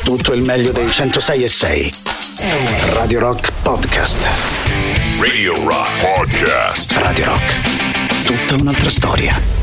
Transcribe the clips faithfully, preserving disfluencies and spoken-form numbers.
tutto il meglio dei centosei e sei. Radio Rock Podcast. Radio Rock Podcast. Radio Rock. Tutta un'altra storia.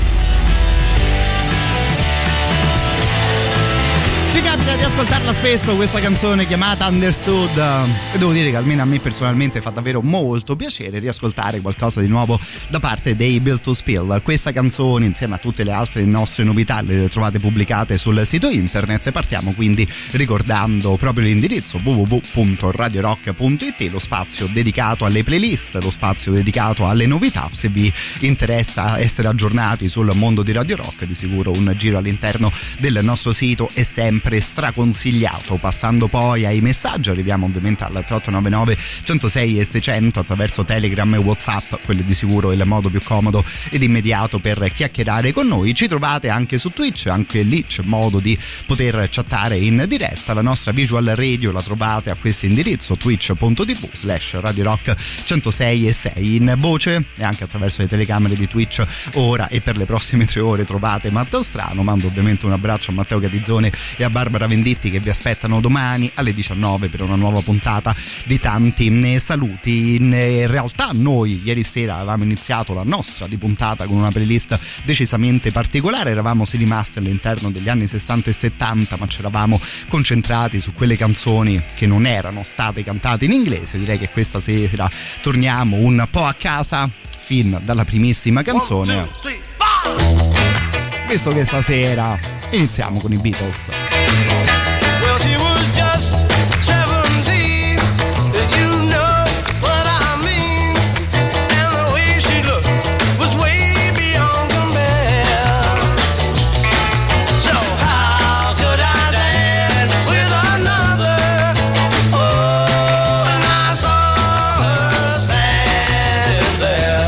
Ci capita di ascoltarla spesso questa canzone chiamata Understood e devo dire che almeno a me personalmente fa davvero molto piacere riascoltare qualcosa di nuovo da parte dei Built to Spill. Questa canzone insieme a tutte le altre nostre novità le trovate pubblicate sul sito internet. Partiamo quindi ricordando proprio l'indirizzo w w w punto radio rock punto i t, lo spazio dedicato alle playlist, lo spazio dedicato alle novità. Se vi interessa essere aggiornati sul mondo di Radio Rock, di sicuro un giro all'interno del nostro sito è sempre straconsigliato. Passando poi ai messaggi, arriviamo ovviamente al tre otto nove nove centosei e seicento attraverso Telegram e WhatsApp, quello è di sicuro il modo più comodo ed immediato per chiacchierare con noi. Ci trovate anche su Twitch, anche lì c'è modo di poter chattare in diretta. La nostra visual radio la trovate a questo indirizzo, twitch punto t v slash radio rock centosei e sei. In voce e anche attraverso le telecamere di Twitch ora e per le prossime tre ore trovate Matteo Strano. Mando ovviamente un abbraccio a Matteo Catizzone e a Barbara Venditti che vi aspettano domani alle diciannove per una nuova puntata di tanti saluti. In realtà noi ieri sera avevamo iniziato la nostra di puntata con una playlist decisamente particolare. Eravamo rimasti all'interno degli anni sessanta e settanta, ma ci eravamo concentrati su quelle canzoni che non erano state cantate in inglese. Direi che questa sera torniamo un po' a casa fin dalla primissima canzone, One, two, three, four. visto che stasera iniziamo con i Beatles. Well, she was just seventeen, you know what I mean, and the way she looked was way beyond compare. So how could I dance with another? Oh, and I saw her standing there.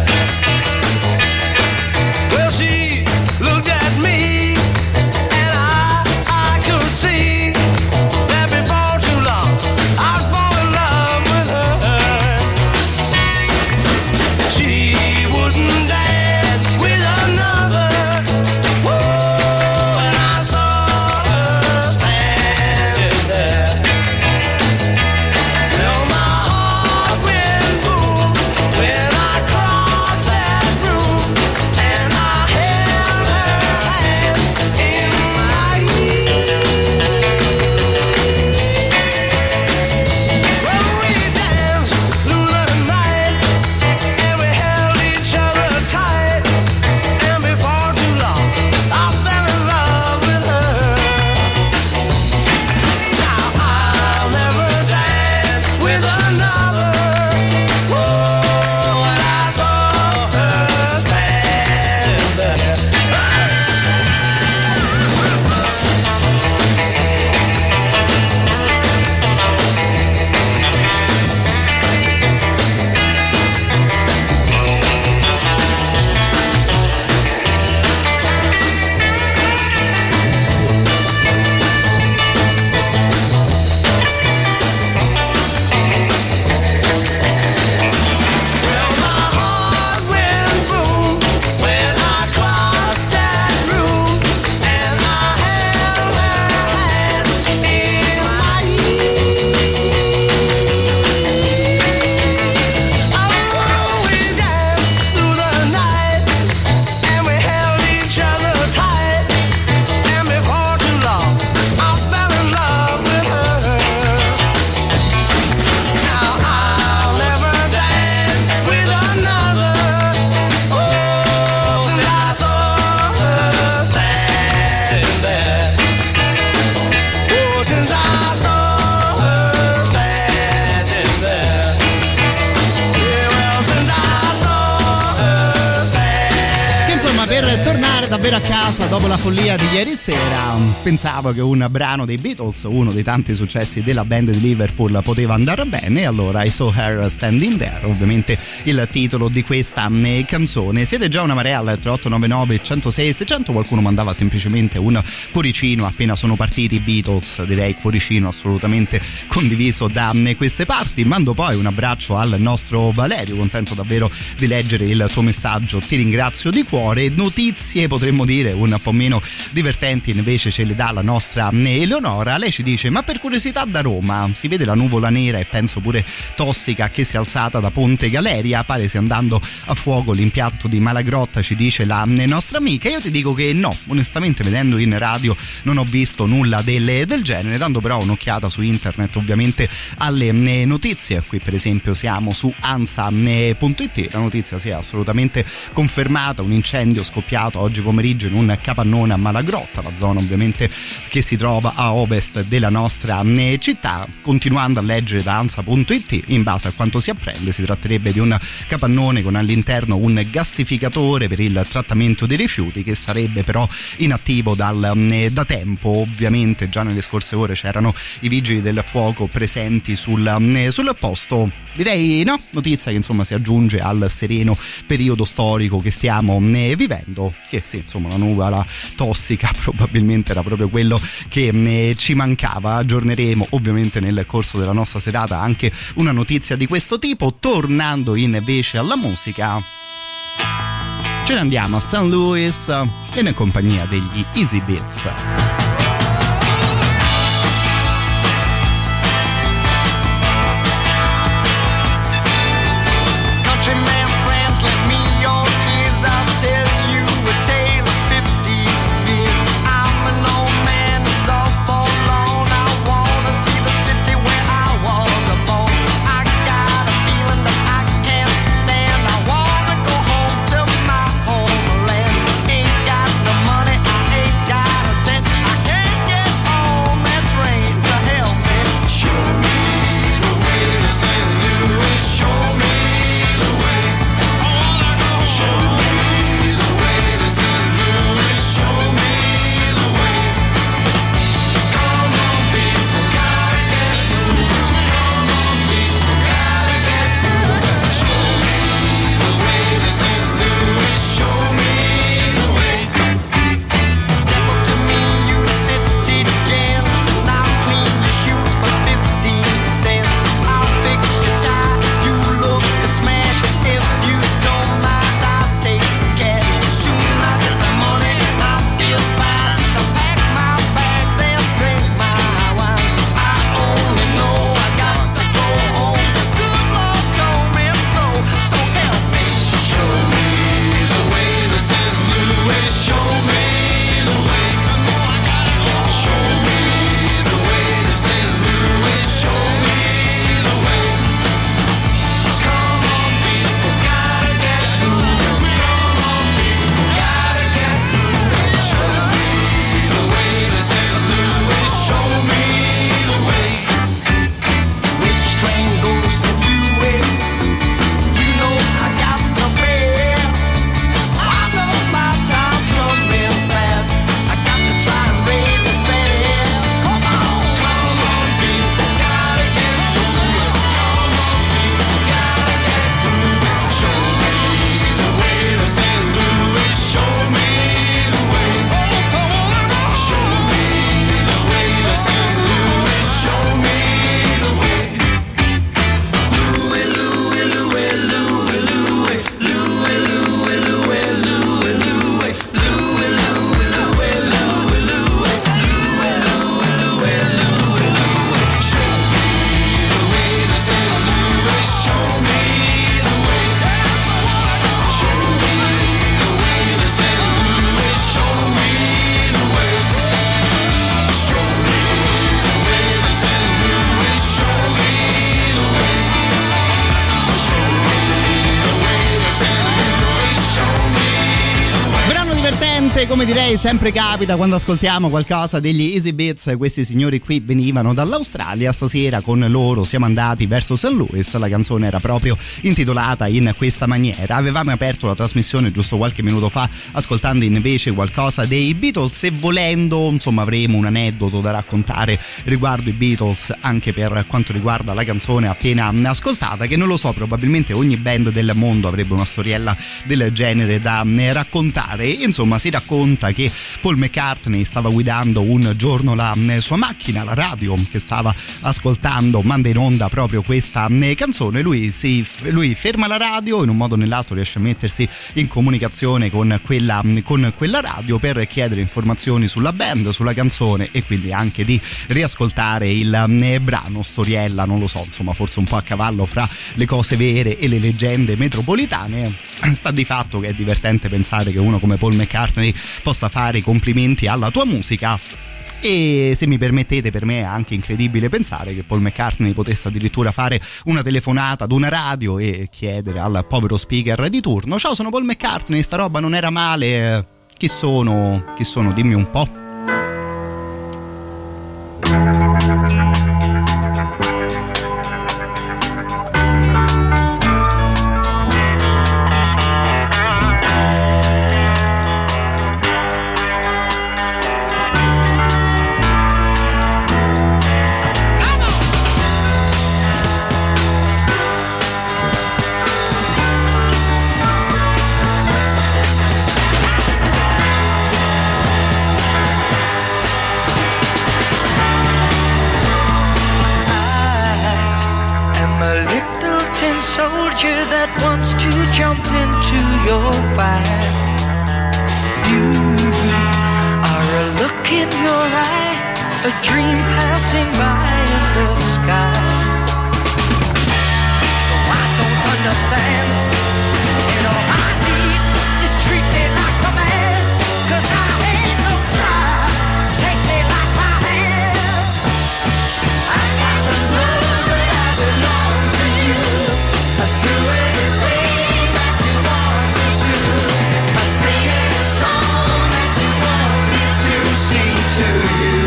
Well, she looked at me, and I, I could see that before too long I'd fall in love with her. She wouldn't dance with another. Whoa, and I saw her standing there. Well, my heart went boom when I crossed that room, and I held her hand in mine. Well, we danced through the night, and we held each other tight, and before too long I fell in love with her. Now I'll never dance with another. Whoa, and I saw her standing there. Well, my heart went boom when I crossed that room, and I held her hand in mine. Oh, we danced through the night, and we held each other tight, and before too long I fell in love with her. Now I'll never dance with another. Oh, since I saw her standing there. Oh, since I saw her standing there. Yeah, well, since I saw her standing. Che insomma, per tornare davvero a casa dopo la follia di ieri sera, pensavo che un brano dei Beatles, uno dei tanti successi della band di Liverpool, poteva andare bene. Allora I Saw Her Standing There, ovviamente il titolo di questa eh, canzone. Siete già una marea al tre otto nove nove centosei e seicento. Qualcuno mandava semplicemente un cuoricino appena sono partiti i Beatles. Direi cuoricino assolutamente condiviso da eh, queste parti. Mando poi un abbraccio al nostro Valerio, contento davvero di leggere il tuo messaggio, ti ringrazio di cuore. Notizie potrebbe potremmo dire, un po' meno divertenti invece ce le dà la nostra Eleonora. Lei ci dice: ma per curiosità, da Roma si vede la nuvola nera e penso pure tossica che si è alzata da Ponte Galeria, pare sia andando a fuoco l'impianto di Malagrotta, ci dice la nostra amica. Io ti dico che no, onestamente vedendo in radio non ho visto nulla del, del genere, dando però un'occhiata su internet ovviamente alle notizie. Qui per esempio siamo su ansa punto it, la notizia si è assolutamente confermata: un incendio scoppiato oggi pomeriggio in un capannone a Malagrotta, la zona ovviamente che si trova a ovest della nostra città. Continuando a leggere da ansa punto it, in base a quanto si apprende si tratterebbe di un capannone con all'interno un gassificatore per il trattamento dei rifiuti, che sarebbe però inattivo dal, da tempo. Ovviamente già nelle scorse ore c'erano i vigili del fuoco presenti sul, sul posto. Direi no, notizia che insomma si aggiunge al sereno periodo storico che stiamo vivendo, che sì, insomma la nuvola tossica probabilmente era proprio quello che ci mancava. Aggiorneremo ovviamente nel corso della nostra serata anche una notizia di questo tipo. Tornando invece alla musica, ce ne andiamo a Saint Louis in compagnia degli Easy Beats. Come direi sempre capita quando ascoltiamo qualcosa degli Easy Beats. Questi signori qui venivano dall'Australia, stasera con loro siamo andati verso Saint Louis. La canzone era proprio intitolata in questa maniera. Avevamo aperto la trasmissione giusto qualche minuto fa ascoltando invece qualcosa dei Beatles, e volendo insomma avremo un aneddoto da raccontare riguardo i Beatles anche per quanto riguarda la canzone appena ascoltata, che non lo so, probabilmente ogni band del mondo avrebbe una storiella del genere da raccontare. Insomma, si racconta racconta che Paul McCartney stava guidando un giorno la sua macchina, la radio che stava ascoltando manda in onda proprio questa canzone, lui, si, lui ferma la radio, in un modo o nell'altro riesce a mettersi in comunicazione con quella, con quella radio per chiedere informazioni sulla band, sulla canzone e quindi anche di riascoltare il brano. Storiella, non lo so, insomma forse un po' a cavallo fra le cose vere e le leggende metropolitane. Sta di fatto che è divertente pensare che uno come Paul McCartney possa fare i complimenti alla tua musica. E se mi permettete, per me è anche incredibile pensare che Paul McCartney potesse addirittura fare una telefonata ad una radio e chiedere al povero speaker di turno: ciao, sono Paul McCartney, sta roba non era male. Chi sono? Chi sono? Dimmi un po'. Soldier that wants to jump into your fire. You are a look in your eye, a dream passing by in the sky. So I don't understand, you know I need is treat me like a man, 'cause I ain't no child, take me like I am. I got to know that I belong to you. I do anything that you want me to. I sing any song that you want me to sing to you.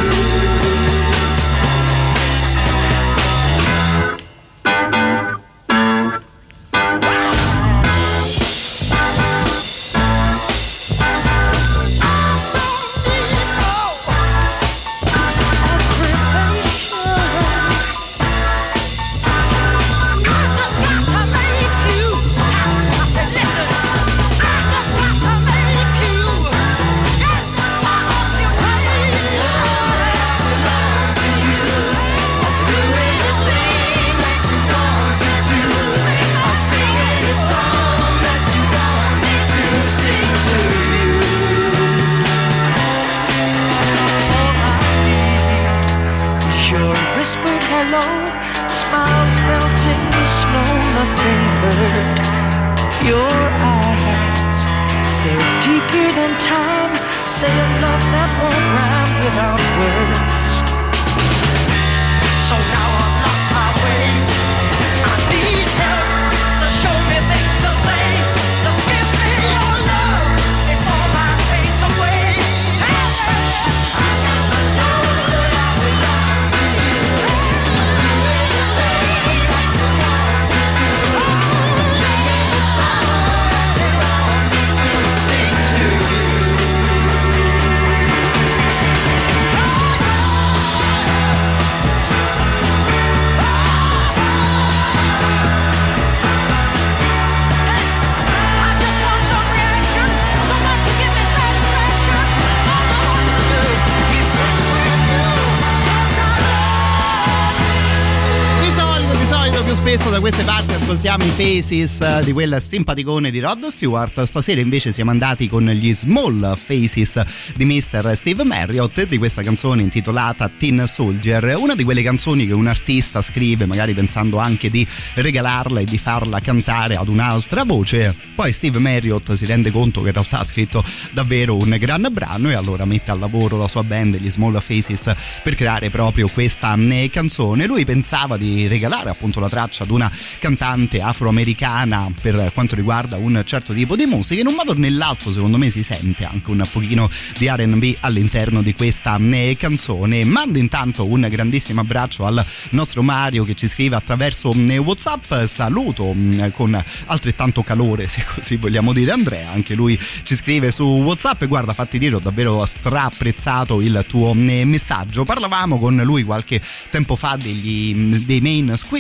Spesso da queste parti ascoltiamo i Faces di quel simpaticone di Rod Stewart. Stasera invece siamo andati con gli Small Faces di mister Steve Marriott e di questa canzone intitolata Tin Soldier, una di quelle canzoni che un artista scrive magari pensando anche di regalarla e di farla cantare ad un'altra voce. Poi Steve Marriott si rende conto che in realtà ha scritto davvero un gran brano e allora mette al lavoro la sua band, gli Small Faces, per creare proprio questa canzone. Lui pensava di regalare appunto la traccia ad una cantante afroamericana per quanto riguarda un certo tipo di musica. In un modo o nell'altro secondo me si sente anche un pochino di R and B all'interno di questa canzone. Mando intanto un grandissimo abbraccio al nostro Mario che ci scrive attraverso WhatsApp. Saluto con altrettanto calore, se così vogliamo dire, Andrea, anche lui ci scrive su WhatsApp. Guarda, fatti dire, ho davvero stra apprezzato il tuo messaggio. Parlavamo con lui qualche tempo fa degli, dei Main Squeeze,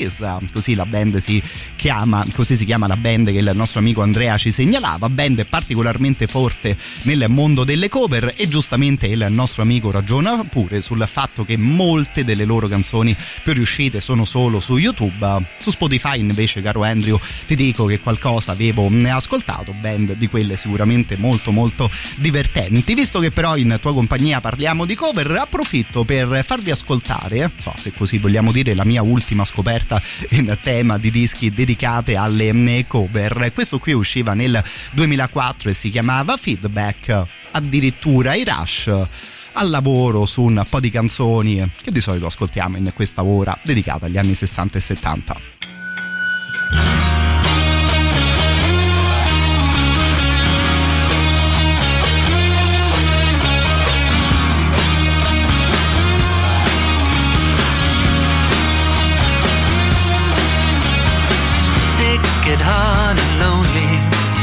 così la band si chiama, così si chiama la band che il nostro amico Andrea ci segnalava, band particolarmente forte nel mondo delle cover, e giustamente il nostro amico ragiona pure sul fatto che molte delle loro canzoni più riuscite sono solo su YouTube. Su Spotify invece, caro Andrew, ti dico che qualcosa avevo ascoltato, band di quelle sicuramente molto molto divertenti. Visto che però in tua compagnia parliamo di cover, approfitto per farvi ascoltare, so, se così vogliamo dire, la mia ultima scoperta in tema di dischi dedicate alle cover. Questo qui usciva nel duemilaquattro e si chiamava Feedback. Addirittura i Rush al lavoro su un po' di canzoni che di solito ascoltiamo in questa ora dedicata agli anni sessanta e settanta. At heart and lonely,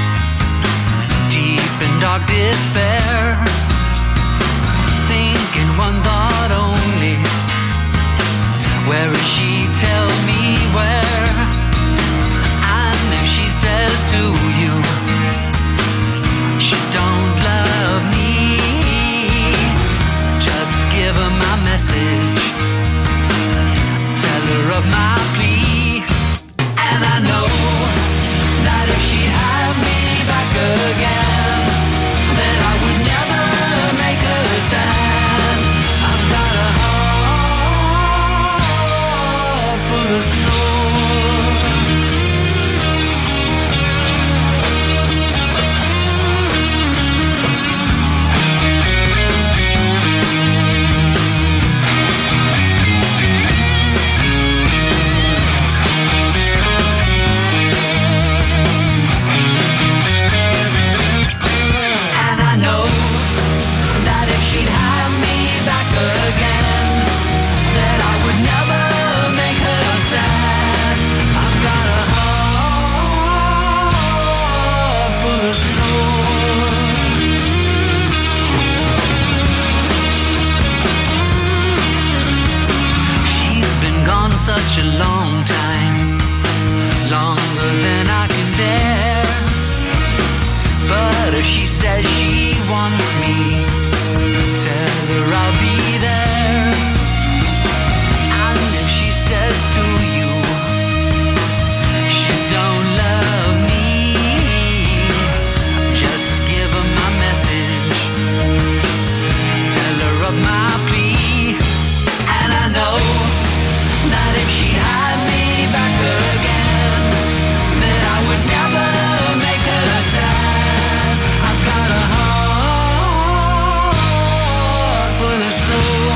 deep in dark despair, thinking one thought only, where is she, tell me where, and if she says to you, she don't love me, just give her my message, tell her of my plea, and I know that if she'd have me back again, then I would never make her sad. I've got a heart full of soul. Such a long time, longer than I can bear. But if she says she wants me, tell her I'll be there. And if she says to you, she don't love me, just give her my message, tell her of my plea. And I know that if she had me back again, then I would never make her sad. I've got a heart full of soul.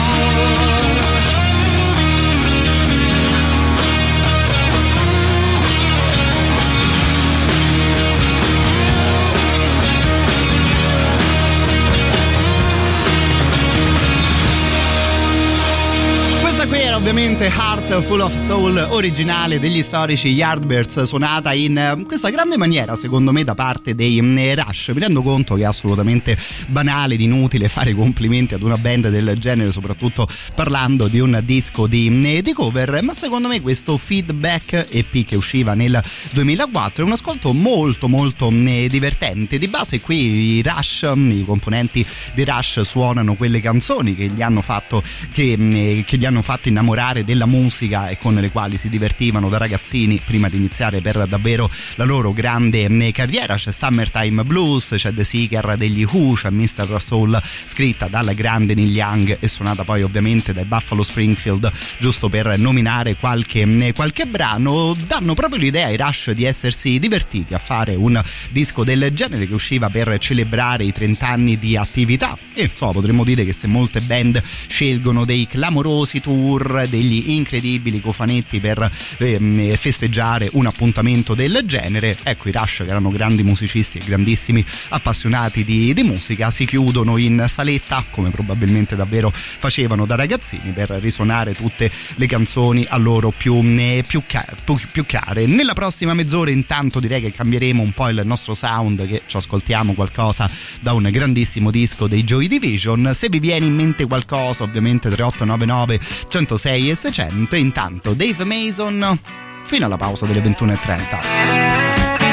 Qui era ovviamente Heart Full of Soul, originale degli storici Yardbirds, suonata in questa grande maniera secondo me da parte dei Rush. Mi rendo conto che è assolutamente banale ed inutile fare complimenti ad una band del genere, soprattutto parlando di un disco di, di cover, ma secondo me questo Feedback E P che usciva nel duemilaquattro è un ascolto molto molto divertente. Di base qui i Rush, i componenti di Rush suonano quelle canzoni che gli hanno fatto che, che gli hanno fatto innamorare della musica e con le quali si divertivano da ragazzini prima di iniziare per davvero la loro grande carriera. C'è Summertime Blues, c'è The Seeker degli Who, c'è mister Soul scritta dal grande Neil Young e suonata poi ovviamente dai Buffalo Springfield, giusto per nominare qualche, qualche brano. Danno proprio l'idea ai Rush di essersi divertiti a fare un disco del genere che usciva per celebrare i trenta anni di attività, e insomma potremmo dire che se molte band scelgono dei clamorosi tour, degli incredibili cofanetti per eh, festeggiare un appuntamento del genere, ecco i Rush, che erano grandi musicisti e grandissimi appassionati di, di musica, si chiudono in saletta come probabilmente davvero facevano da ragazzini per risuonare tutte le canzoni a loro più, eh, più, più, più care. Nella prossima mezz'ora intanto direi che cambieremo un po' il nostro sound, che ci ascoltiamo qualcosa da un grandissimo disco dei Joy Division. Se vi viene in mente qualcosa ovviamente tre otto nove nove centosei e seicento. E intanto Dave Mason fino alla pausa delle ventuno e trenta.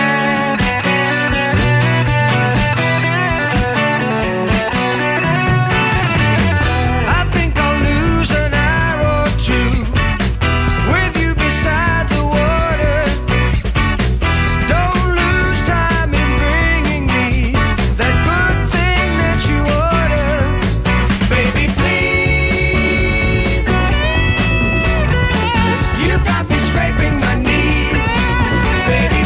Scraping my knees, baby.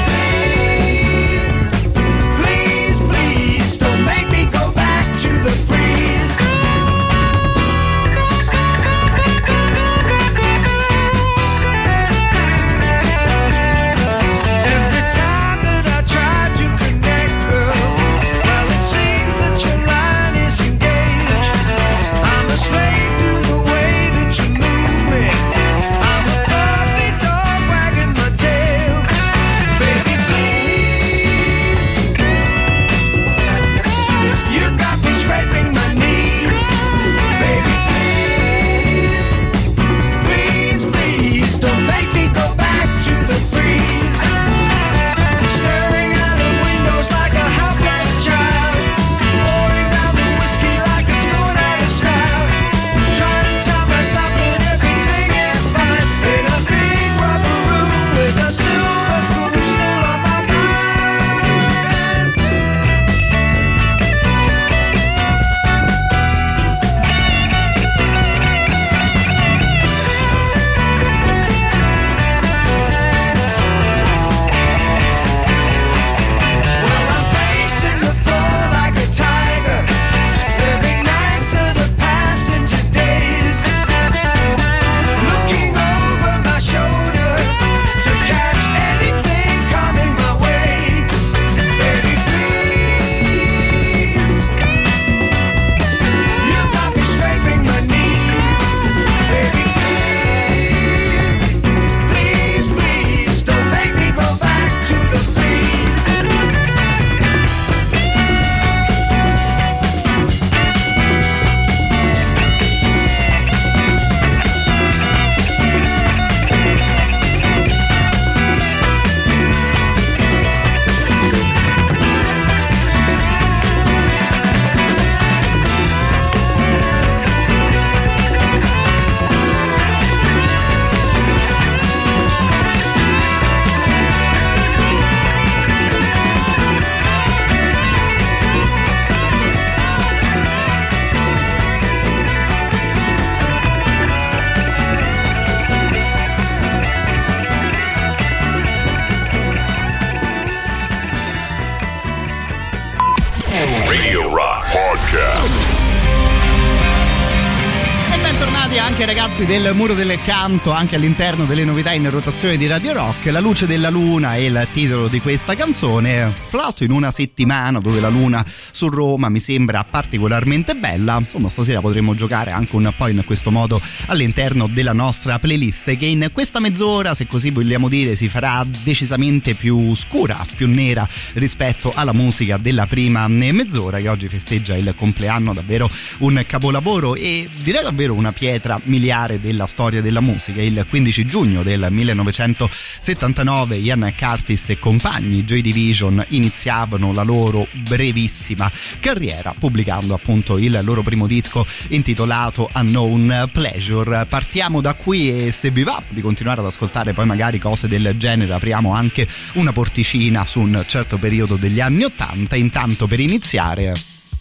anche ragazzi del Muro del Canto, anche all'interno delle novità in rotazione di Radio Rock. La luce della luna è il titolo di questa canzone, fra l'altro in una settimana dove la luna su Roma mi sembra particolarmente bella. Insomma, stasera potremo giocare anche un po' in questo modo all'interno della nostra playlist, che in questa mezz'ora, se così vogliamo dire, si farà decisamente più scura, più nera rispetto alla musica della prima mezz'ora, che oggi festeggia il compleanno, davvero un capolavoro e direi davvero una pietra miliare della storia della musica. Il quindici giugno del millenovecentosettantanove Ian Curtis e compagni, Joy Division, iniziavano la loro brevissima carriera pubblicando appunto il loro primo disco intitolato Unknown Pleasure. Partiamo da qui e se vi va di continuare ad ascoltare poi magari cose del genere, apriamo anche una porticina su un certo periodo degli anni ottanta. Intanto, per iniziare,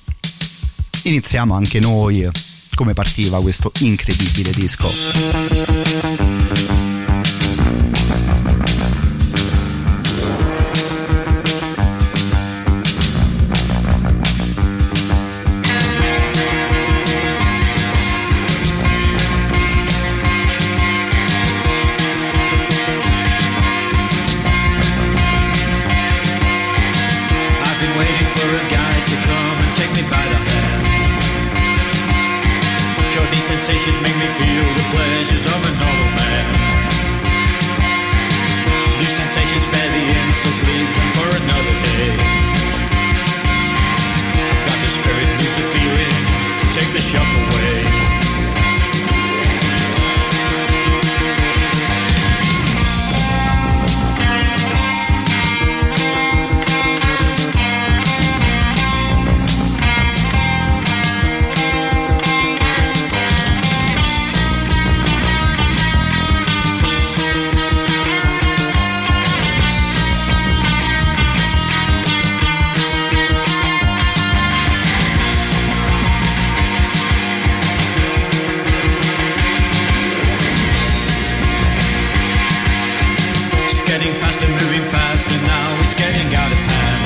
iniziamo anche noi come partiva questo incredibile disco. Sensations make me feel the pleasures of a noble man. These sensations bear the insults, leave them for another day. I've got the spirit, lose the feeling, take the shock away. faster, moving faster now, it's getting out of hand.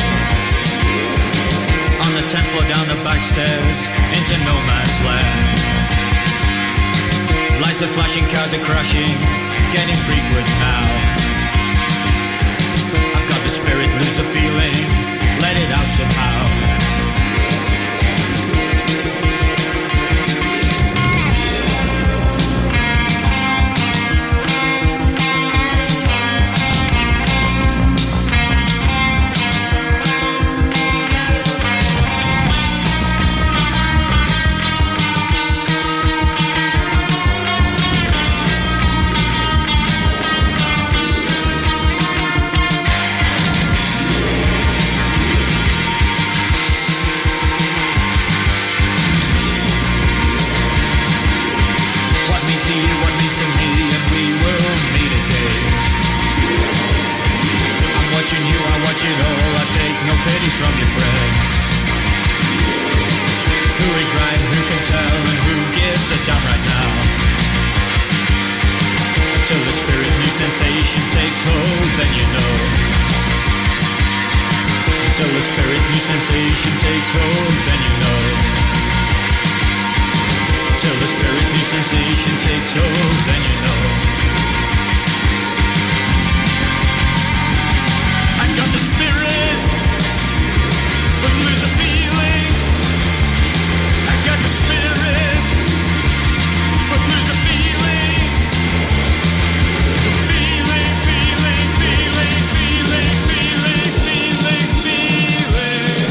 On the tenth floor down the back stairs, into no man's land. Lights are flashing, cars are crashing, getting frequent now. I've got the spirit, lose the feeling, let it out somehow. From your friends, who is right, who can tell, and who gives a damn right now? Until the spirit new sensation takes hold, then you know. Until the spirit new sensation takes hold, then you know. Until the spirit new sensation takes hold, then you know. I got the spirit, but lose a feeling. I got the spirit, but lose a feeling. Feeling, feeling, feeling, feeling, feeling, feeling, feeling.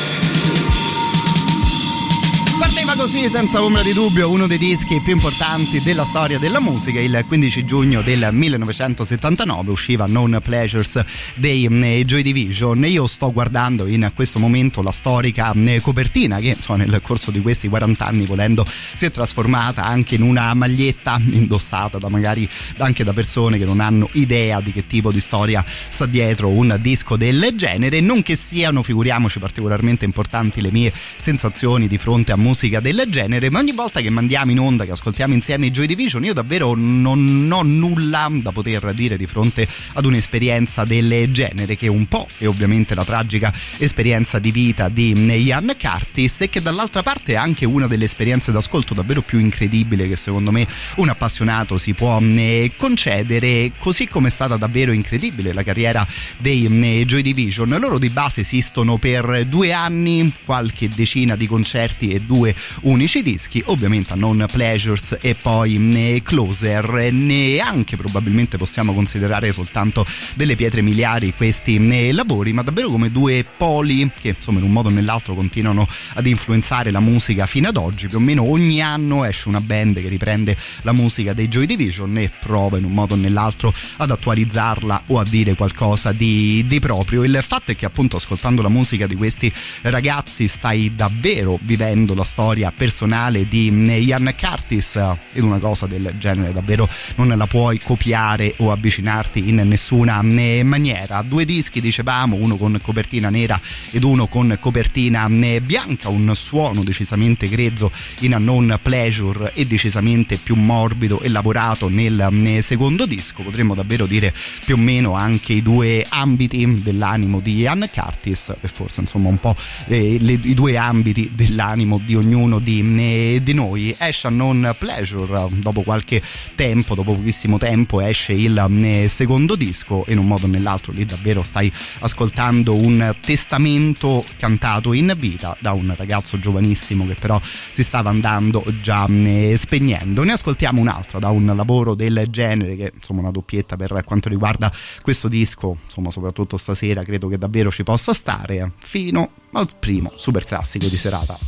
Partiva così, senza ombra di dubbio, uno dei dischi più importanti della storia della musica. Il quindici giugno del millenovecentosettantanove usciva Known Pleasures dei Joy Division. Io sto guardando in questo momento la storica copertina che insomma, nel corso di questi quaranta anni, volendo, si è trasformata anche in una maglietta indossata da magari anche da persone che non hanno idea di che tipo di storia sta dietro un disco del genere. Non che siano, figuriamoci, particolarmente importanti le mie sensazioni di fronte a musica del genere, ma ogni volta che mandiamo in onda, che ascoltiamo insieme i Joy Division, io davvero non ho nulla da poter dire di fronte ad un'esperienza del genere, che un po' è ovviamente la tragica esperienza di vita di Ian Curtis, e che dall'altra parte è anche una delle esperienze d'ascolto davvero più incredibile che secondo me un appassionato si può concedere, così come è stata davvero incredibile la carriera dei Joy Division. Loro di base esistono per due anni, qualche decina di concerti e due unici dischi, ovviamente a Known Pleasures e poi Closer. Neanche probabilmente possiamo considerare soltanto delle pietre miliari questi lavori, ma davvero come due poli che insomma in un modo o nell'altro continuano ad influenzare la musica fino ad oggi. Più o meno ogni anno esce una band che riprende la musica dei Joy Division e prova in un modo o nell'altro ad attualizzarla o a dire qualcosa di, di proprio. Il fatto è che appunto ascoltando la musica di questi ragazzi stai davvero vivendo la storia personale di Ian Curtis, ed una cosa del genere davvero non la puoi copiare o avvicinarti in nessuna maniera. Due dischi, dicevamo, uno con copertina nera ed uno con copertina bianca, un suono decisamente grezzo in Known Pleasure e decisamente più morbido e lavorato nel, nel secondo disco. Potremmo davvero dire più o meno anche i due ambiti dell'animo di Ian Curtis e forse insomma un po' le, le, i due ambiti dell'animo di ognuno di, di noi. Esce Known Pleasure, dopo qualche tempo, dopo pochissimo tempo esce il secondo disco e in un modo o nell'altro lì davvero stai ascoltando un testamento cantato in vita da un ragazzo giovanissimo che però si stava andando già spegnendo. Ne ascoltiamo un'altra da un lavoro del genere che insomma una doppietta per quanto riguarda questo disco, insomma soprattutto stasera credo che davvero ci possa stare fino al primo super classico di serata.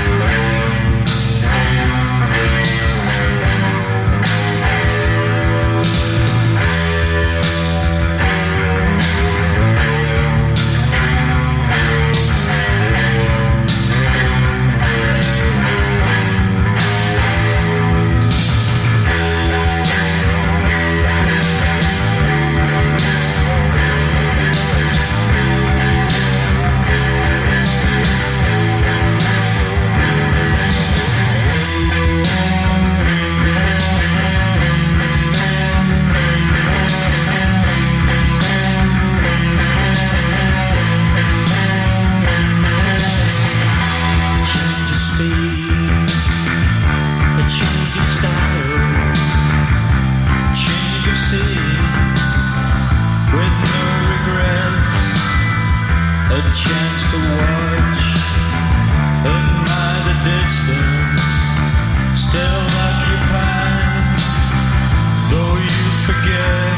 Thank a chance to watch, admire the distance, still occupied, though you forget.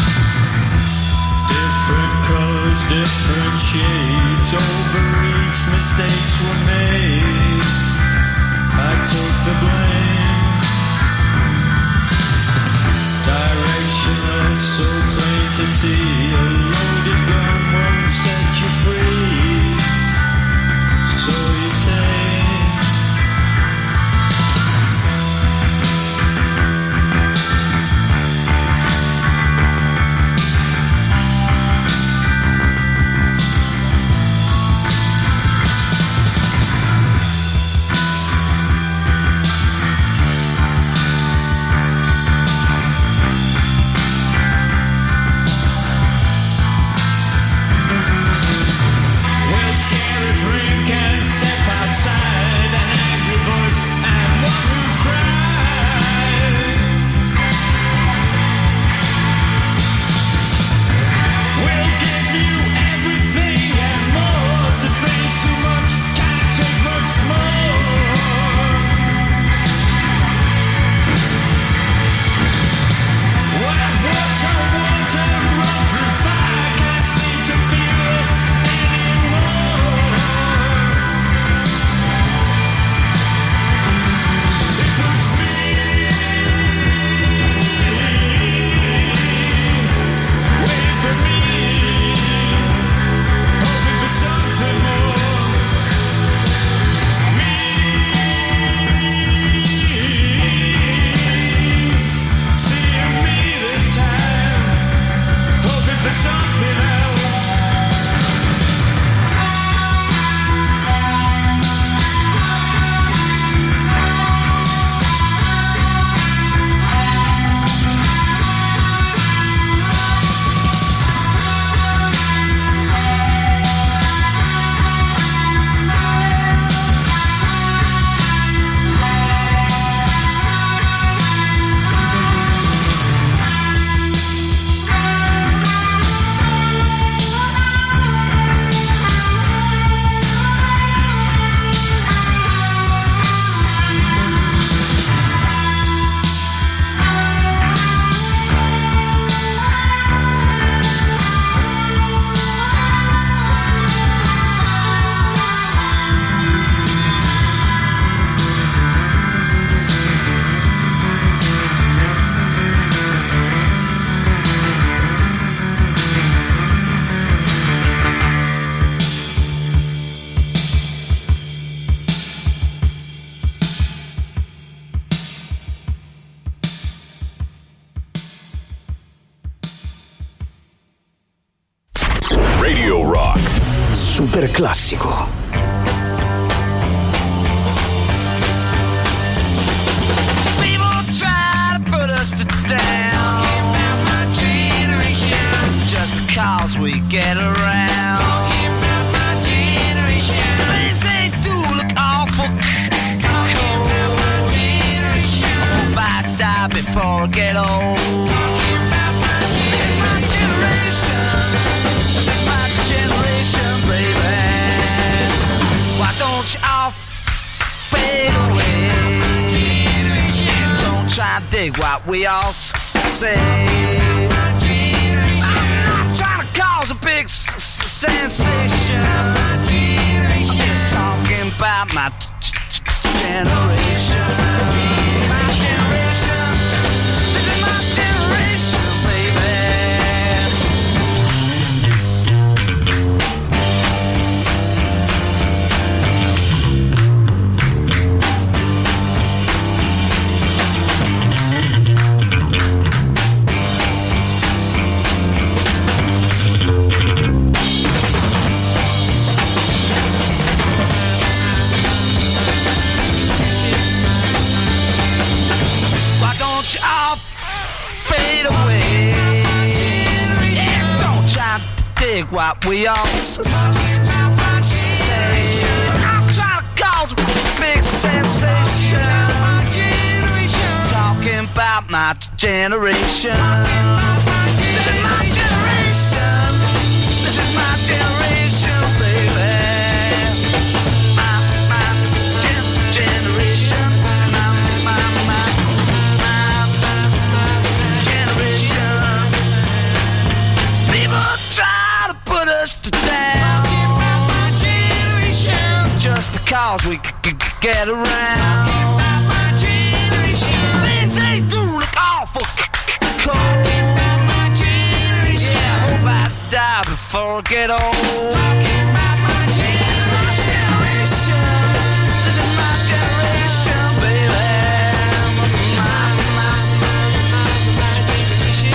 Different colors, different shades, over each mistakes were made. I took the blame. Directionless, so plain to see, a loaded gun won't set you free. So you say. Super classico. People try to put us to down, just because we get around. Things they do look awful cold. I hope I die before I get old. This is my generation. This is my generation, baby. Why don't you all fade away? Don't try to dig what we all s- say. I'm not trying to cause a big s- s- sensation. I'm just talking about my t- t- generation. My generation. This is my generation, baby. You all fade away. Yeah, don't try to dig what we all s- s- s- say. I'm trying to cause a big sensation. Just talking about my generation. This is my generation. This is my generation, baby. cause we c- c- c- get around. Talking about my generation. Things they do look awful c- c- cold. Talking about my generation. Yeah, I hope I die before I get old. Talking about my generation. This is my generation, baby. My, my, my, my, my generation.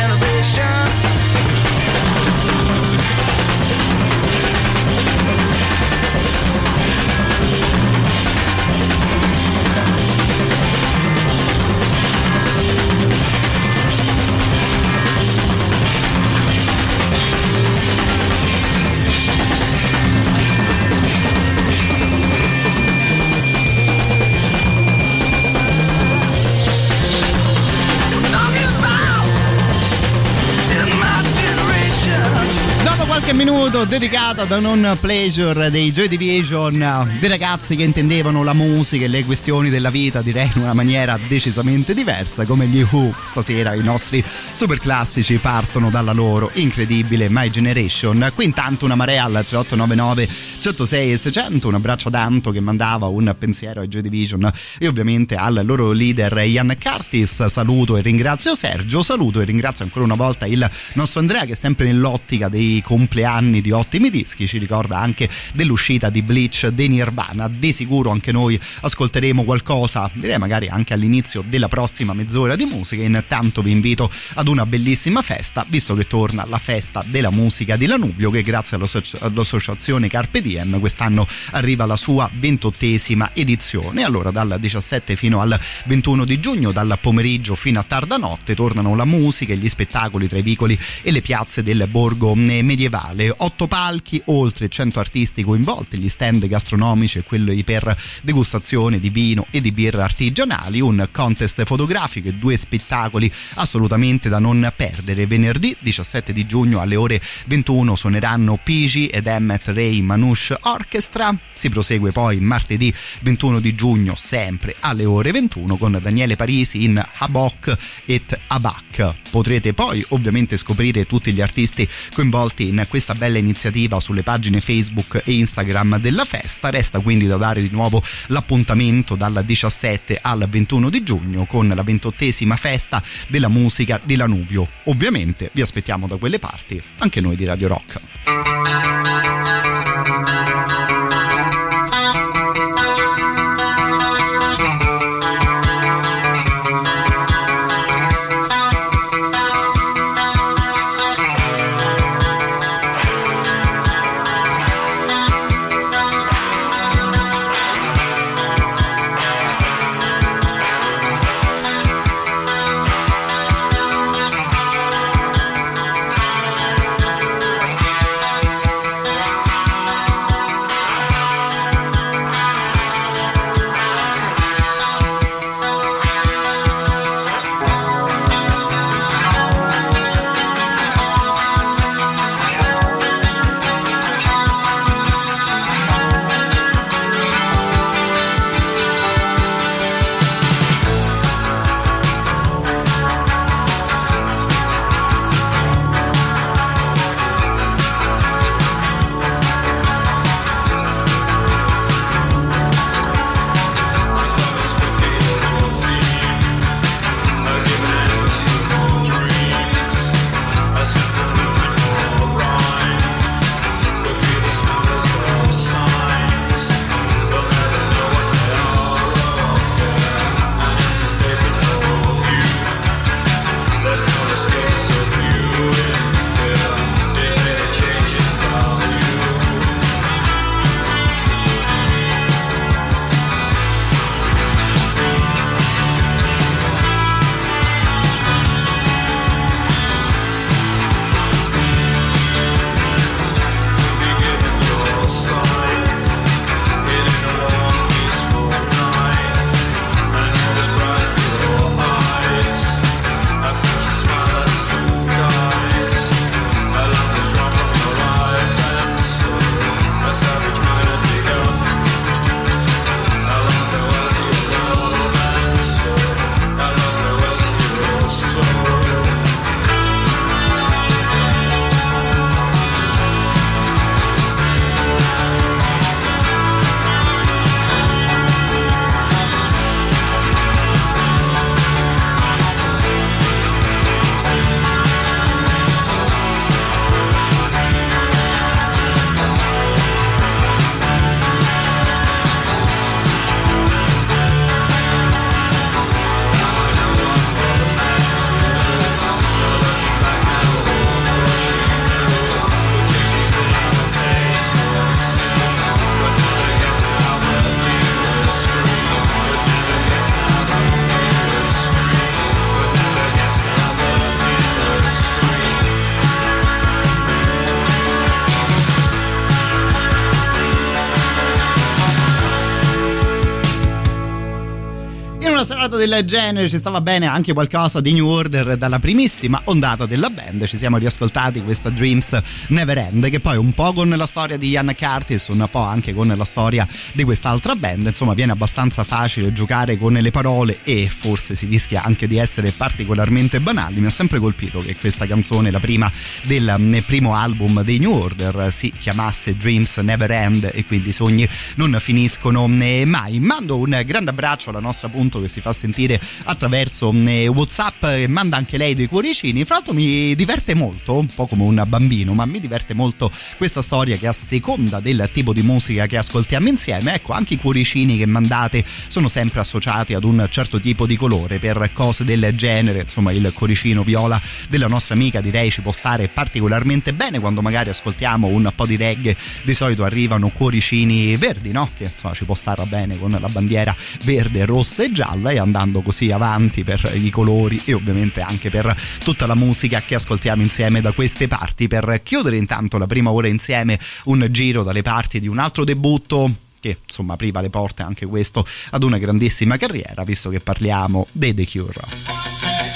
Qualche minuto dedicato ad un pleasure dei Joy Division, dei ragazzi che intendevano la musica e le questioni della vita, direi in una maniera decisamente diversa, come gli Who. Stasera i nostri super classici partono dalla loro incredibile My Generation. Qui intanto una marea al tre otto nove nove centosei e seicento, un abbraccio ad Anto che mandava un pensiero ai Joy Division e ovviamente al loro leader Ian Curtis. Saluto e ringrazio Sergio, saluto e ringrazio ancora una volta il nostro Andrea che è sempre nell'ottica dei compleanni di ottimi dischi, ci ricorda anche dell'uscita di Bleach dei Nirvana. Di sicuro anche noi ascolteremo qualcosa, direi magari anche all'inizio della prossima mezz'ora di musica. Intanto vi invito ad una bellissima festa, visto che torna la festa della musica di Lanuvio, che grazie all'associ- all'associazione Carpe Diem quest'anno arriva alla sua ventottesima edizione. Allora dal diciassette fino al ventuno di giugno, dal pomeriggio fino a tarda notte, tornano la musica e gli spettacoli tra i vicoli e le piazze del borgo medievale. Otto palchi, oltre cento artisti coinvolti, gli stand gastronomici e quelli per degustazione di vino e di birra artigianali, un contest fotografico e due spettacoli assolutamente da non perdere. Venerdì diciassette di giugno alle ore ventuno suoneranno Pigi ed Emmet Ray Manouche Orchestra. Si prosegue poi martedì ventuno di giugno sempre alle ore ventuno con Daniele Parisi in Habok et Abac. Potrete poi ovviamente scoprire tutti gli artisti coinvolti in questa bella iniziativa sulle pagine Facebook e Instagram della festa. Resta quindi da dare di nuovo l'appuntamento dal diciassette al ventuno di giugno con la ventottesima festa della musica di Lanuvio. Ovviamente vi aspettiamo da quelle parti, anche noi di Radio Rock. Thank ondata del genere, ci stava bene anche qualcosa di New Order dalla primissima ondata della band. Ci siamo riascoltati questa Dreams Never End, che poi un po' con la storia di Ian Curtis, un po' anche con la storia di quest'altra band, insomma viene abbastanza facile giocare con le parole e forse si rischia anche di essere particolarmente banali. Mi ha sempre colpito che questa canzone, la prima del primo album dei New Order, si chiamasse Dreams Never End e quindi i sogni non finiscono mai. Mando un grande abbraccio alla nostra Punto, che si fa sentire attraverso WhatsApp e manda anche lei dei cuoricini. Fra l'altro mi diverte molto, un po' come un bambino, ma mi diverte molto questa storia che a seconda del tipo di musica che ascoltiamo insieme, ecco, anche i cuoricini che mandate sono sempre associati ad un certo tipo di colore. Per cose del genere, insomma, il cuoricino viola della nostra amica direi ci può stare particolarmente bene. Quando magari ascoltiamo un po' di reggae, di solito arrivano cuoricini verdi, no? Che insomma ci può stare bene con la bandiera verde, rossa e gialla, e andando così avanti per i colori e ovviamente anche per tutta la musica che ascoltiamo insieme da queste parti. Per chiudere intanto la prima ora insieme, un giro dalle parti di un altro debutto che insomma apriva le porte anche questo ad una grandissima carriera, visto che parliamo dei The Cure.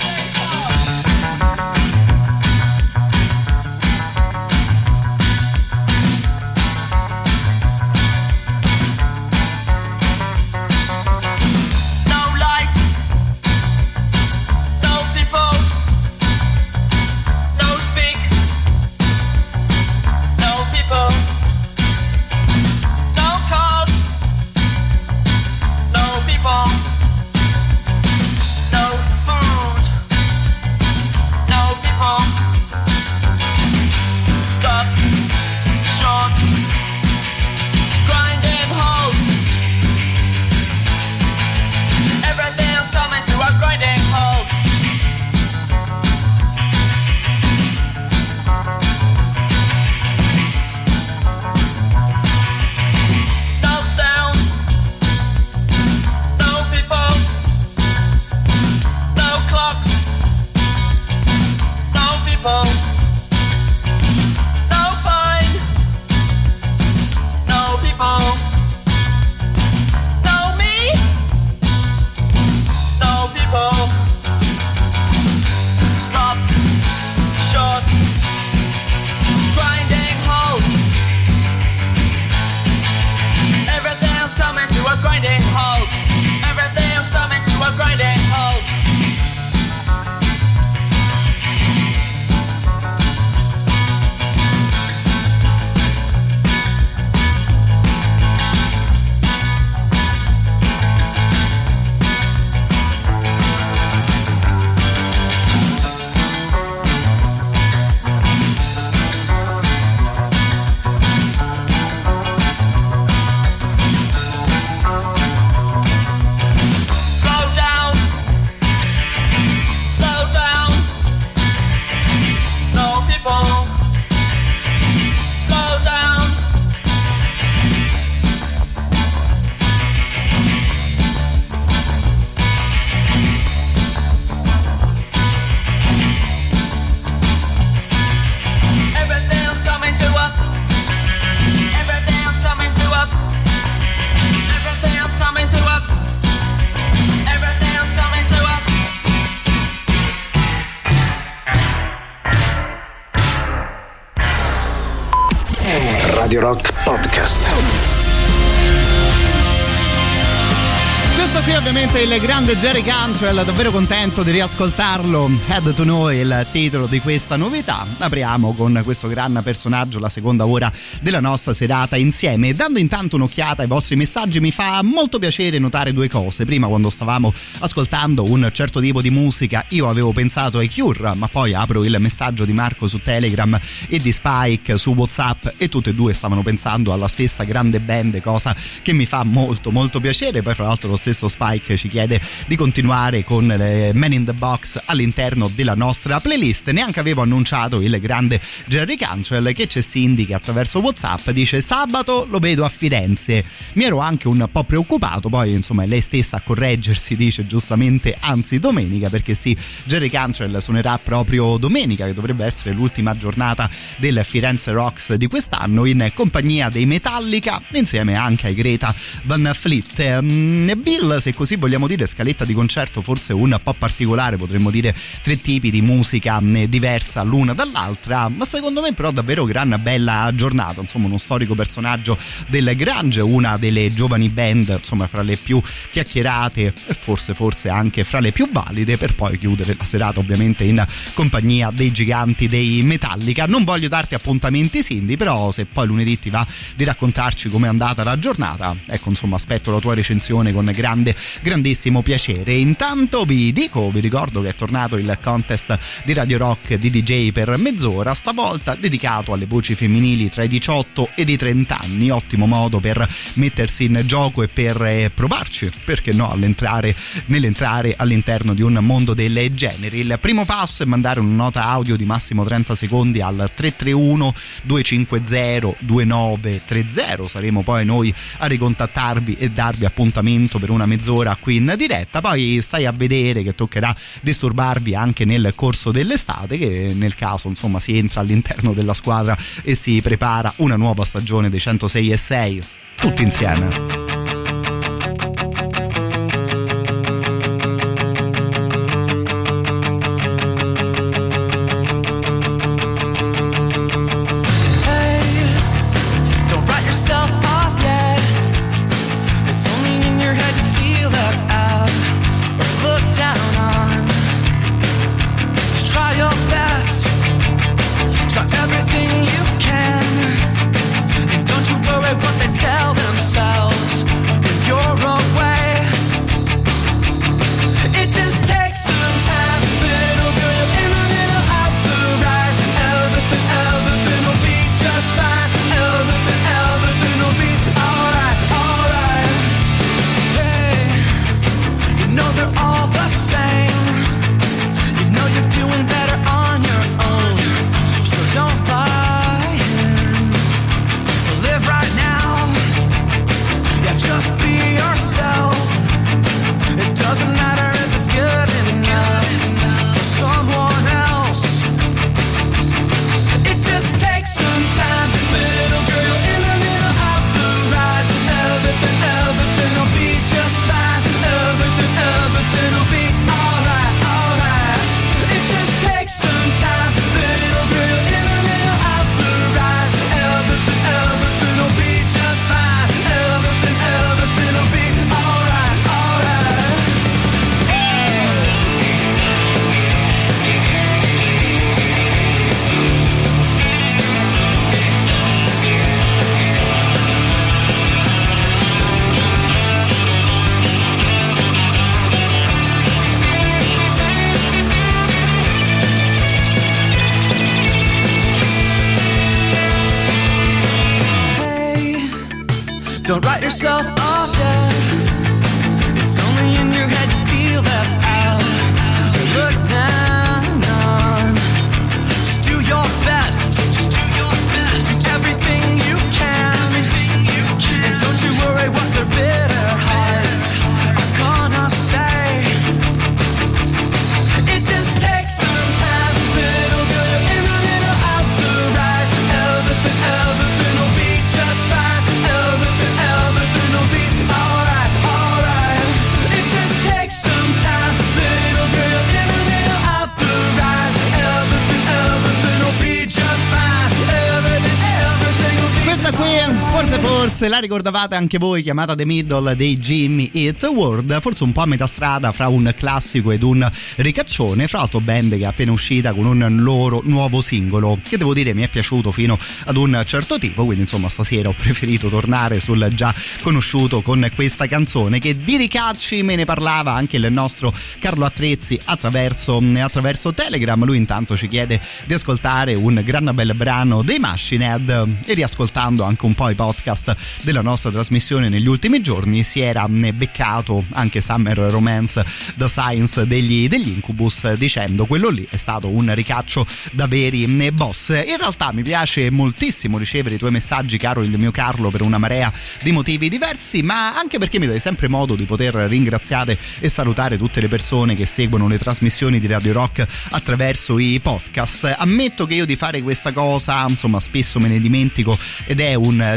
Radio Rock Podcast. Questo qui ovviamente è il grande Jerry Cantrell, davvero contento di riascoltarlo. Head to Know è il titolo di questa novità. Apriamo con questo gran personaggio la seconda ora della nostra serata insieme. Dando intanto un'occhiata ai vostri messaggi, mi fa molto piacere notare due cose. Prima, quando stavamo ascoltando un certo tipo di musica, io avevo pensato ai Cure, ma poi apro il messaggio di Marco su Telegram e di Spike su WhatsApp e tutte e due stavano pensando alla stessa grande band, cosa che mi fa molto molto piacere. Poi fra l'altro lo stesso Spike ci chiede di continuare con le Man in the Box all'interno della nostra playlist. Neanche avevo annunciato il grande Jerry Cantrell, che ci si indica attraverso WhatsApp, dice: sabato lo vedo a Firenze. Mi ero anche un po' preoccupato, poi insomma è lei stessa a correggersi, dice giustamente anzi domenica, perché sì, Jerry Cantrell suonerà proprio domenica, che dovrebbe essere l'ultima giornata del Firenze Rocks di quest'anno, in compagnia dei Metallica, insieme anche ai Greta Van Fleet. Bill Bill, se così vogliamo dire, scaletta di concerto forse un po' particolare, potremmo dire tre tipi di musica diversa l'una dall'altra, ma secondo me però davvero gran bella giornata, insomma uno storico personaggio del grunge, una delle giovani band insomma fra le più chiacchierate e forse forse anche fra le più valide, per poi chiudere la serata ovviamente in compagnia dei giganti dei Metallica. Non voglio darti appuntamenti Cindy, però se poi lunedì ti va di raccontarci com'è andata la giornata, ecco insomma aspetto la tua recensione con grande grandissimo piacere. Intanto vi dico, vi ricordo che è tornato il contest di Radio Rock di D J per mezz'ora, stavolta dedicato alle voci femminili tra i diciotto ed i trenta anni, ottimo modo per mettersi in gioco e per eh, provarci, perché no, all'entrare, nell'entrare all'interno di un mondo delle generi. Il primo passo è mandare una nota audio di massimo trenta secondi al tre tre uno due cinque zero due nove tre zero, saremo poi noi a ricontattarvi e darvi appuntamento per una mezz'ora qui in diretta. Poi stai a vedere che toccherà disturbarvi anche nel corso dell'estate, che nel caso insomma si entra all'interno della squadra e si prepara una nuova stagione dei centosei e sei tutti insieme. Don't write yourself off yet. It's only in your head you feel left out or looked down on. Just do your best. Do everything you can. And don't you worry what their bitter hearts are gonna say. It just takes some time, little girl. You're in the middle of the ride. Everything, everything will be just fine. Everything, everything will be alright, alright. It just takes some time, little girl. You're in the middle of the ride. Everything, everything will be just fine. Everything, everything will be. Questa qui forse forse la ricordavate anche voi, chiamata The Middle dei Jimmy Eat World, forse un po' a metà strada fra un classico ed un ricaccione, fra l'altro band che è appena uscita con un loro nuovo singolo che devo dire mi è piaciuto fino ad un certo tipo, quindi insomma stasera ho preferito tornare sul già conosciuto con questa canzone, che di ricacci me ne parlava anche il nostro Carlo Attrezzi attraverso, attraverso Telegram. Lui intanto ci chiede di ascoltare un gran bel brano dei Machine Head e riascoltando anche un po' i podcast della nostra trasmissione negli ultimi giorni si era beccato anche Summer Romance The Science degli, degli Incubus, dicendo quello lì è stato un ricaccio da veri boss. In realtà mi piace moltissimo ricevere i tuoi messaggi, caro il mio Carlo, per una marea di motivi diversi, ma anche perché mi dai sempre modo di poter ringraziare e salutare tutte le persone che seguono le trasmissioni di Radio Rock attraverso i podcast. Ammetto che io di fare questa cosa insomma spesso me ne dimentico ed è un dispiacere,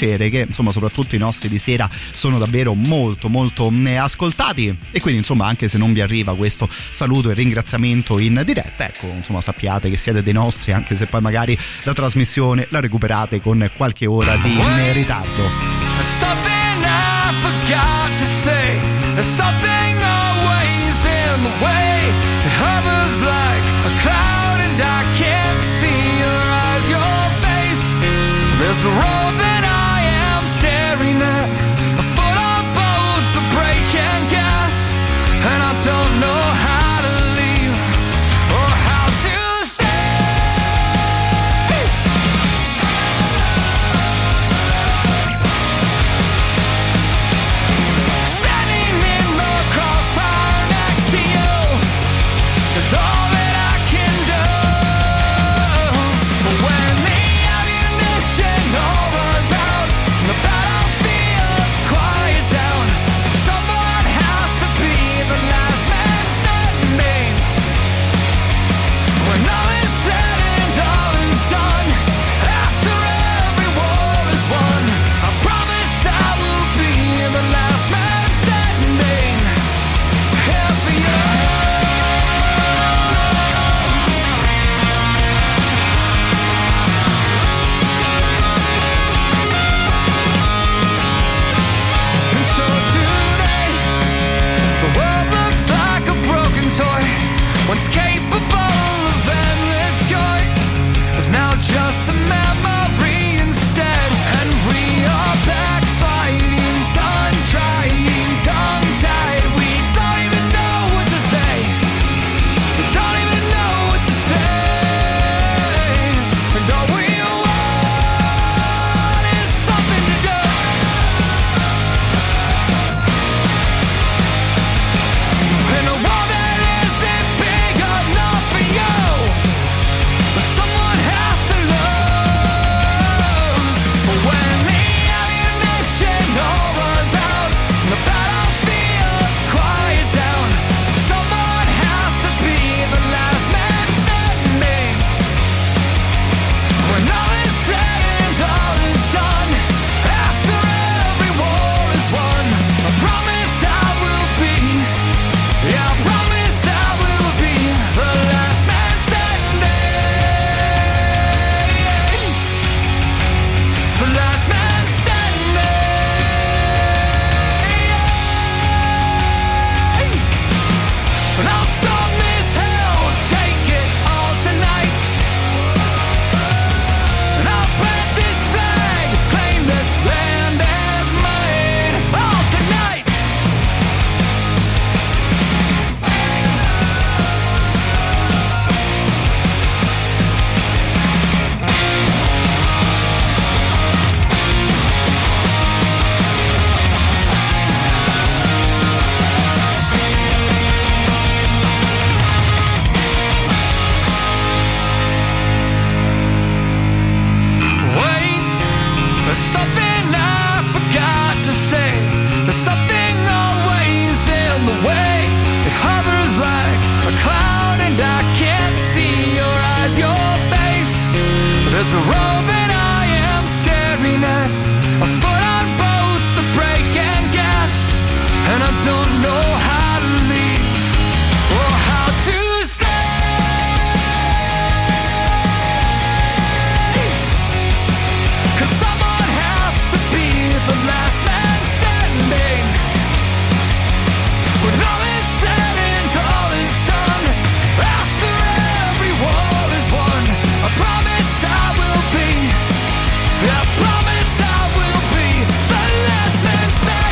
piacere che insomma soprattutto i nostri di sera sono davvero molto molto ascoltati, e quindi insomma anche se non vi arriva questo saluto e ringraziamento in diretta, ecco insomma sappiate che siete dei nostri, anche se poi magari la trasmissione la recuperate con qualche ora di ritardo. Something I forgot to say. There's something always in the way. It hovers like a cloud and I can't see your eyes, your face. There's a road that I am staring at, a foot on both the brake and gas, and I don't know how to leave or how to stay. Standing in the crossfire next to you is all that I can do. But when the ammunition all runs out and the battlefield's quiet down, someone has to be the last man standing. When all is said and all is done, after every war is won, I promise I will be the last man standing. Here for you. And so today, the world looks like a broken toy. Once capable of endless joy is now just a memory instead. And we are backsliding, done trying, tongue-tied. We don't even know what to say. We don't even know what to say. And all we want is something to do. In a world that isn't big enough for you, someone has to lose. But when the ammunition all runs out and the battlefield's quiet down, someone has to be the last man standing. When all is said and all is done, after every war is won, I promise I will be, yeah, I promise I will be the last man standing. The last man standing. And I'll storm this hell, take it all tonight. And I'll plant this flag, claim this land as mine, all tonight. Wait, there's something I forgot to say. There's something always in the way. It hovers like a cloud and I can't see your eyes, your face. There's a road that I am staring at, a foot on both the brake and gas, and I don't know how to leave or how to stay. 'Cause someone has to be the last man standing. When all is said and all is done, after every war is won, I promise I will be, I promise I will be the last man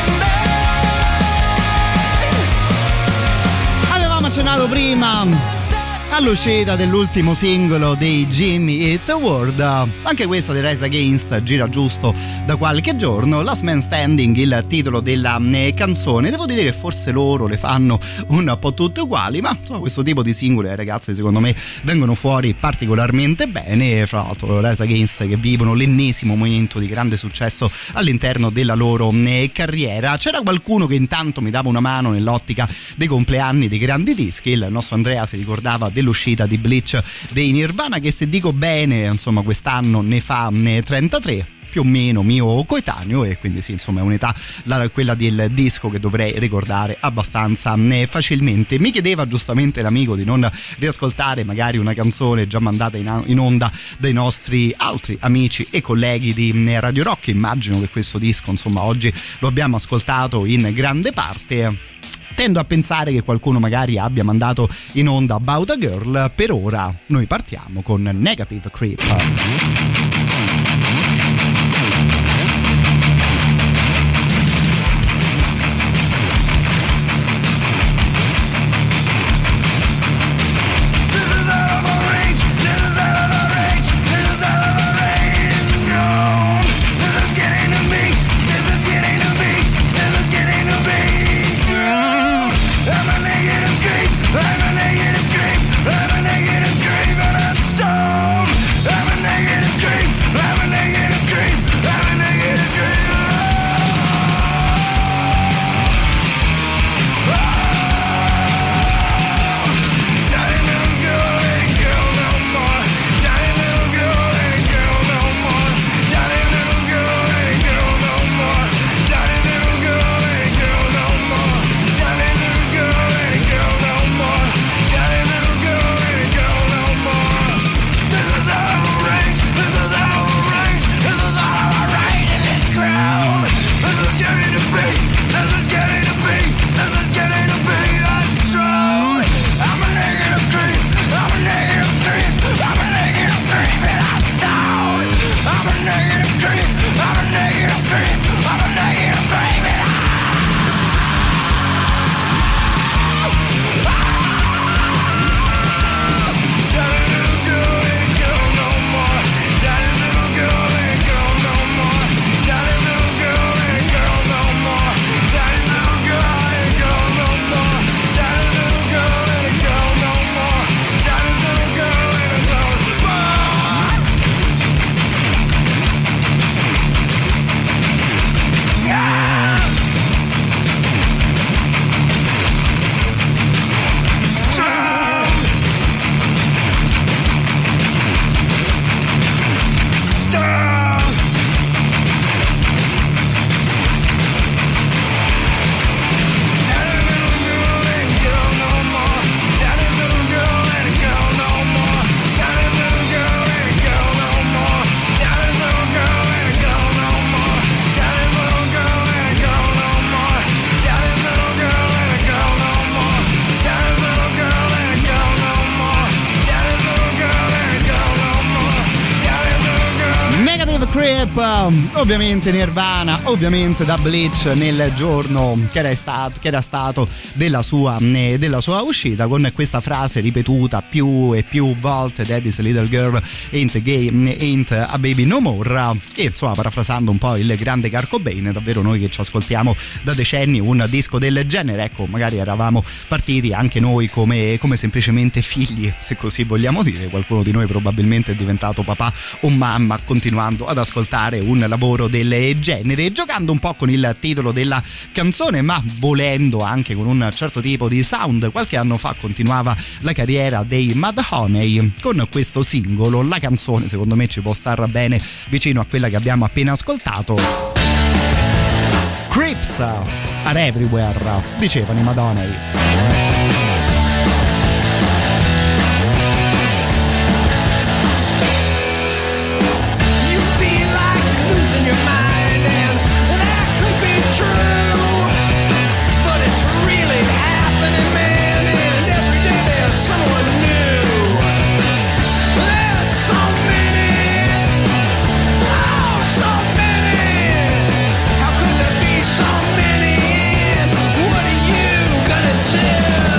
standing. Avevamo accennato prima all'uscita dell'ultimo singolo dei Jimmy Eat World, anche questa di Rise Against gira giusto da qualche giorno. Last Man Standing, il titolo della eh, canzone. Devo dire che forse loro le fanno un po' tutte uguali, ma insomma questo tipo di singoli ai ragazzi secondo me vengono fuori particolarmente bene. Fra l'altro Rise Against che vivono l'ennesimo momento di grande successo all'interno della loro eh, carriera. C'era qualcuno che intanto mi dava una mano nell'ottica dei compleanni dei grandi dischi. Il nostro Andrea si ricordava dell'uscita di Bleach dei Nirvana, che se dico bene insomma quest'anno ne fa trentatré. più o meno mio coetaneo, e quindi sì, insomma è un'età, la, quella del disco, che dovrei ricordare abbastanza eh, facilmente. Mi chiedeva giustamente l'amico di non riascoltare magari una canzone già mandata in, in onda dai nostri altri amici e colleghi di eh, Radio Rock. Immagino che questo disco, insomma, oggi lo abbiamo ascoltato in grande parte. Tendo a pensare che qualcuno magari abbia mandato in onda About a Girl. Per ora noi partiamo con Negative Creep. Ovviamente Nirvana, ovviamente da Bleach nel giorno che era stato, che era stato della, sua, della sua uscita, con questa frase ripetuta più e più volte: Daddy's a little girl ain't gay, ain't a baby no more. E insomma, parafrasando un po' il grande Kurt Cobain, davvero noi che ci ascoltiamo da decenni un disco del genere, ecco, magari eravamo partiti anche noi come, come semplicemente figli, se così vogliamo dire. Qualcuno di noi probabilmente è diventato papà o mamma continuando ad ascoltare un lavoro del genere, giocando un po' con il titolo della canzone, ma volendo anche con un certo tipo di sound. Qualche anno fa continuava la carriera dei Mudhoney con questo singolo. La canzone secondo me ci può star bene vicino a quella che abbiamo appena ascoltato. Creeps are everywhere, dicevano i Mudhoney. So many, what are you gonna do?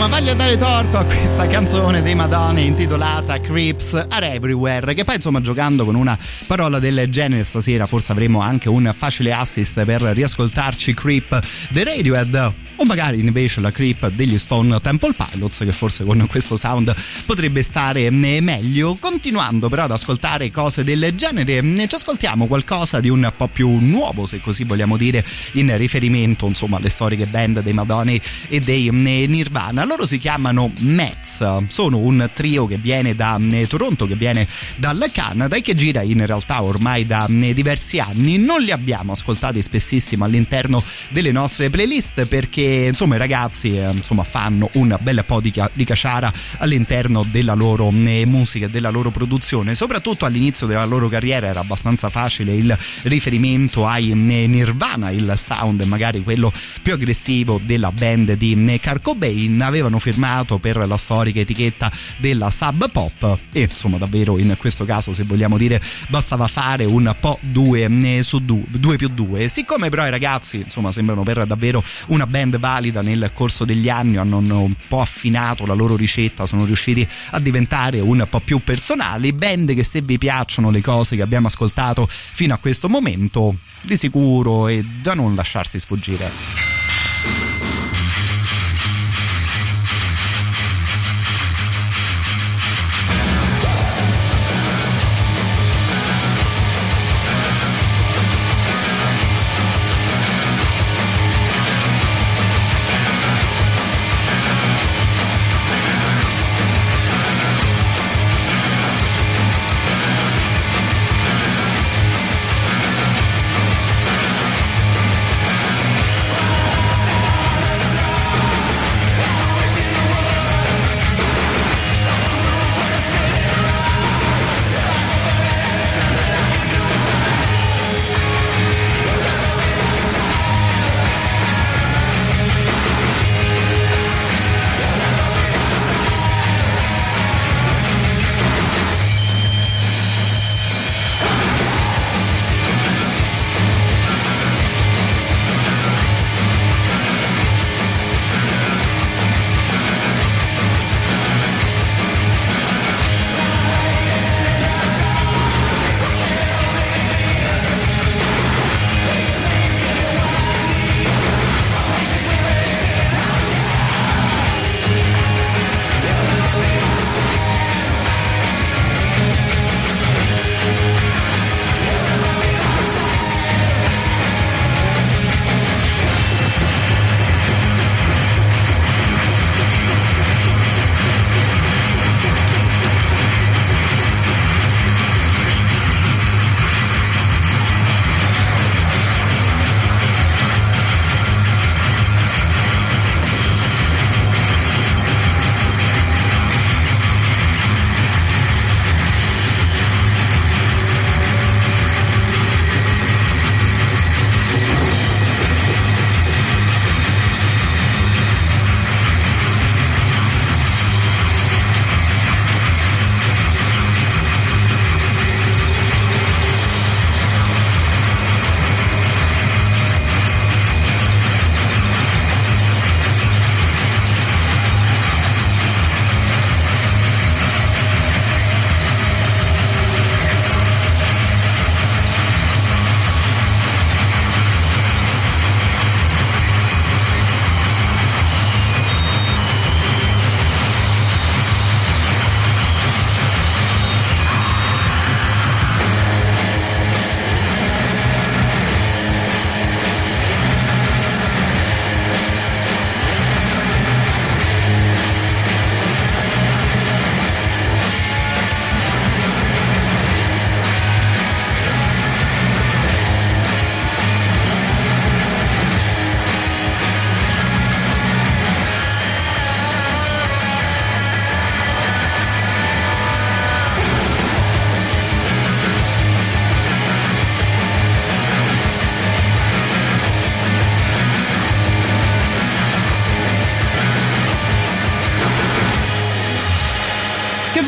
insomma voglio dare torto a questa canzone dei Madonna intitolata Creeps Are Everywhere, che poi insomma giocando con una parola del genere stasera forse avremo anche un facile assist per riascoltarci Creep dei Radiohead, o magari invece la Creep degli Stone Temple Pilots, che forse con questo sound potrebbe stare meglio. Continuando però ad ascoltare cose del genere, ci ascoltiamo qualcosa di un po' più nuovo, se così vogliamo dire, in riferimento insomma alle storiche band dei Madonna e dei Nirvana. Loro si chiamano Mets, sono un trio che viene da Toronto, che viene dal Canada e che gira in realtà ormai da diversi anni. Non li abbiamo ascoltati spessissimo all'interno delle nostre playlist perché insomma i ragazzi eh, insomma fanno un bel po' di, ca- di caciara all'interno della loro eh, musica e della loro produzione. Soprattutto all'inizio della loro carriera era abbastanza facile il riferimento ai eh, Nirvana, il sound magari quello più aggressivo della band di eh, Kurt Cobain. Avevano firmato per la storica etichetta della Sub Pop e insomma davvero in questo caso, se vogliamo dire, bastava fare un po' due eh, su due, due più due. Siccome però i ragazzi insomma sembrano per davvero una band valida, nel corso degli anni hanno un po' affinato la loro ricetta, sono riusciti a diventare un po' più personali. Band che, se vi piacciono le cose che abbiamo ascoltato fino a questo momento, di sicuro è da non lasciarsi sfuggire. Thank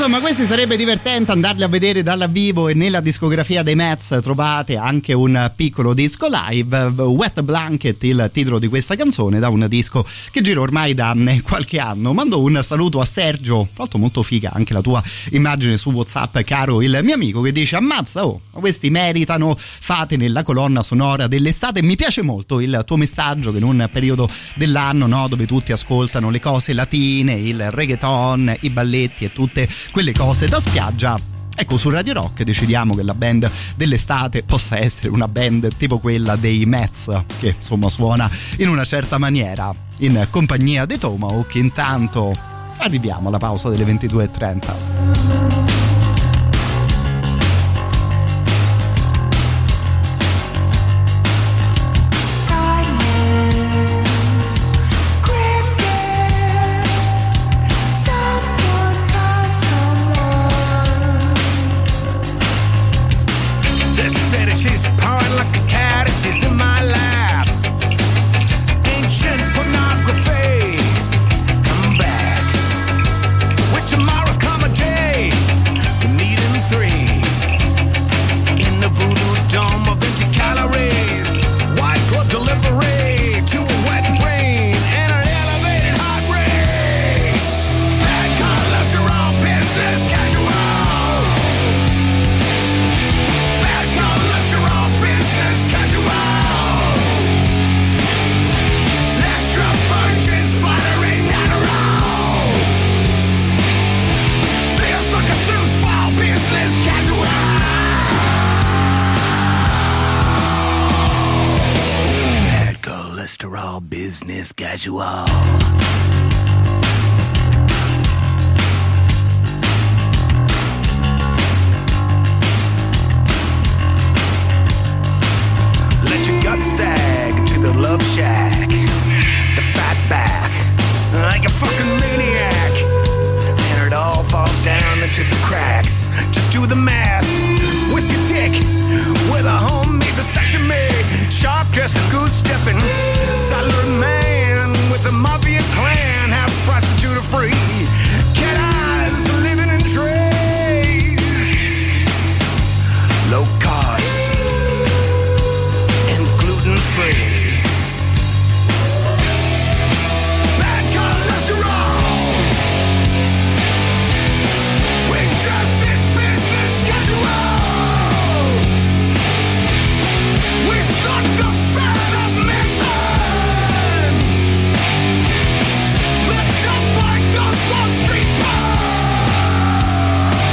Insomma, questi sarebbe divertente andarli a vedere dal vivo, e nella discografia dei Mets trovate anche un piccolo disco live. Wet Blanket, il titolo di questa canzone, da un disco che gira ormai da qualche anno. Mando un saluto a Sergio, tra l'altro molto figa anche la tua immagine su WhatsApp, caro il mio amico, che dice: ammazza, oh, questi meritano, fate nella colonna sonora dell'estate. Mi piace molto il tuo messaggio, che in un periodo dell'anno, no, dove tutti ascoltano le cose latine, il reggaeton, i balletti e tutte quelle cose da spiaggia, ecco, su Radio Rock decidiamo che la band dell'estate possa essere una band tipo quella dei Mets, che insomma suona in una certa maniera, in compagnia dei Tomahawk. Intanto arriviamo alla pausa delle ventidue e trenta. She's purring like a cat and she's in my lap. Ancient pornography is coming back. With tomorrow's come a day, we meet in three. In the voodoo dome of empty calories, white glove delivery to a wet brain and an elevated heart rate. Bad cholesterol, business casual. Business casual. Extra virgin sputtering Adderall. See a sucker suits fall. Business casual. Bad cholesterol. Business casual. Sag to the love shack, the fat back, like a fucking maniac, and it all falls down into the cracks. Just do the math. Whiskey dick with a homemade vasectomy, sharp dressing, goose stepping, solid man with a mafia clan, half prostitute free, cat eyes living in trays, low carbs. Free. Bad cholesterol. We dress in business casual. We suck the fat of medicine. Lift up like those Wall Street bars.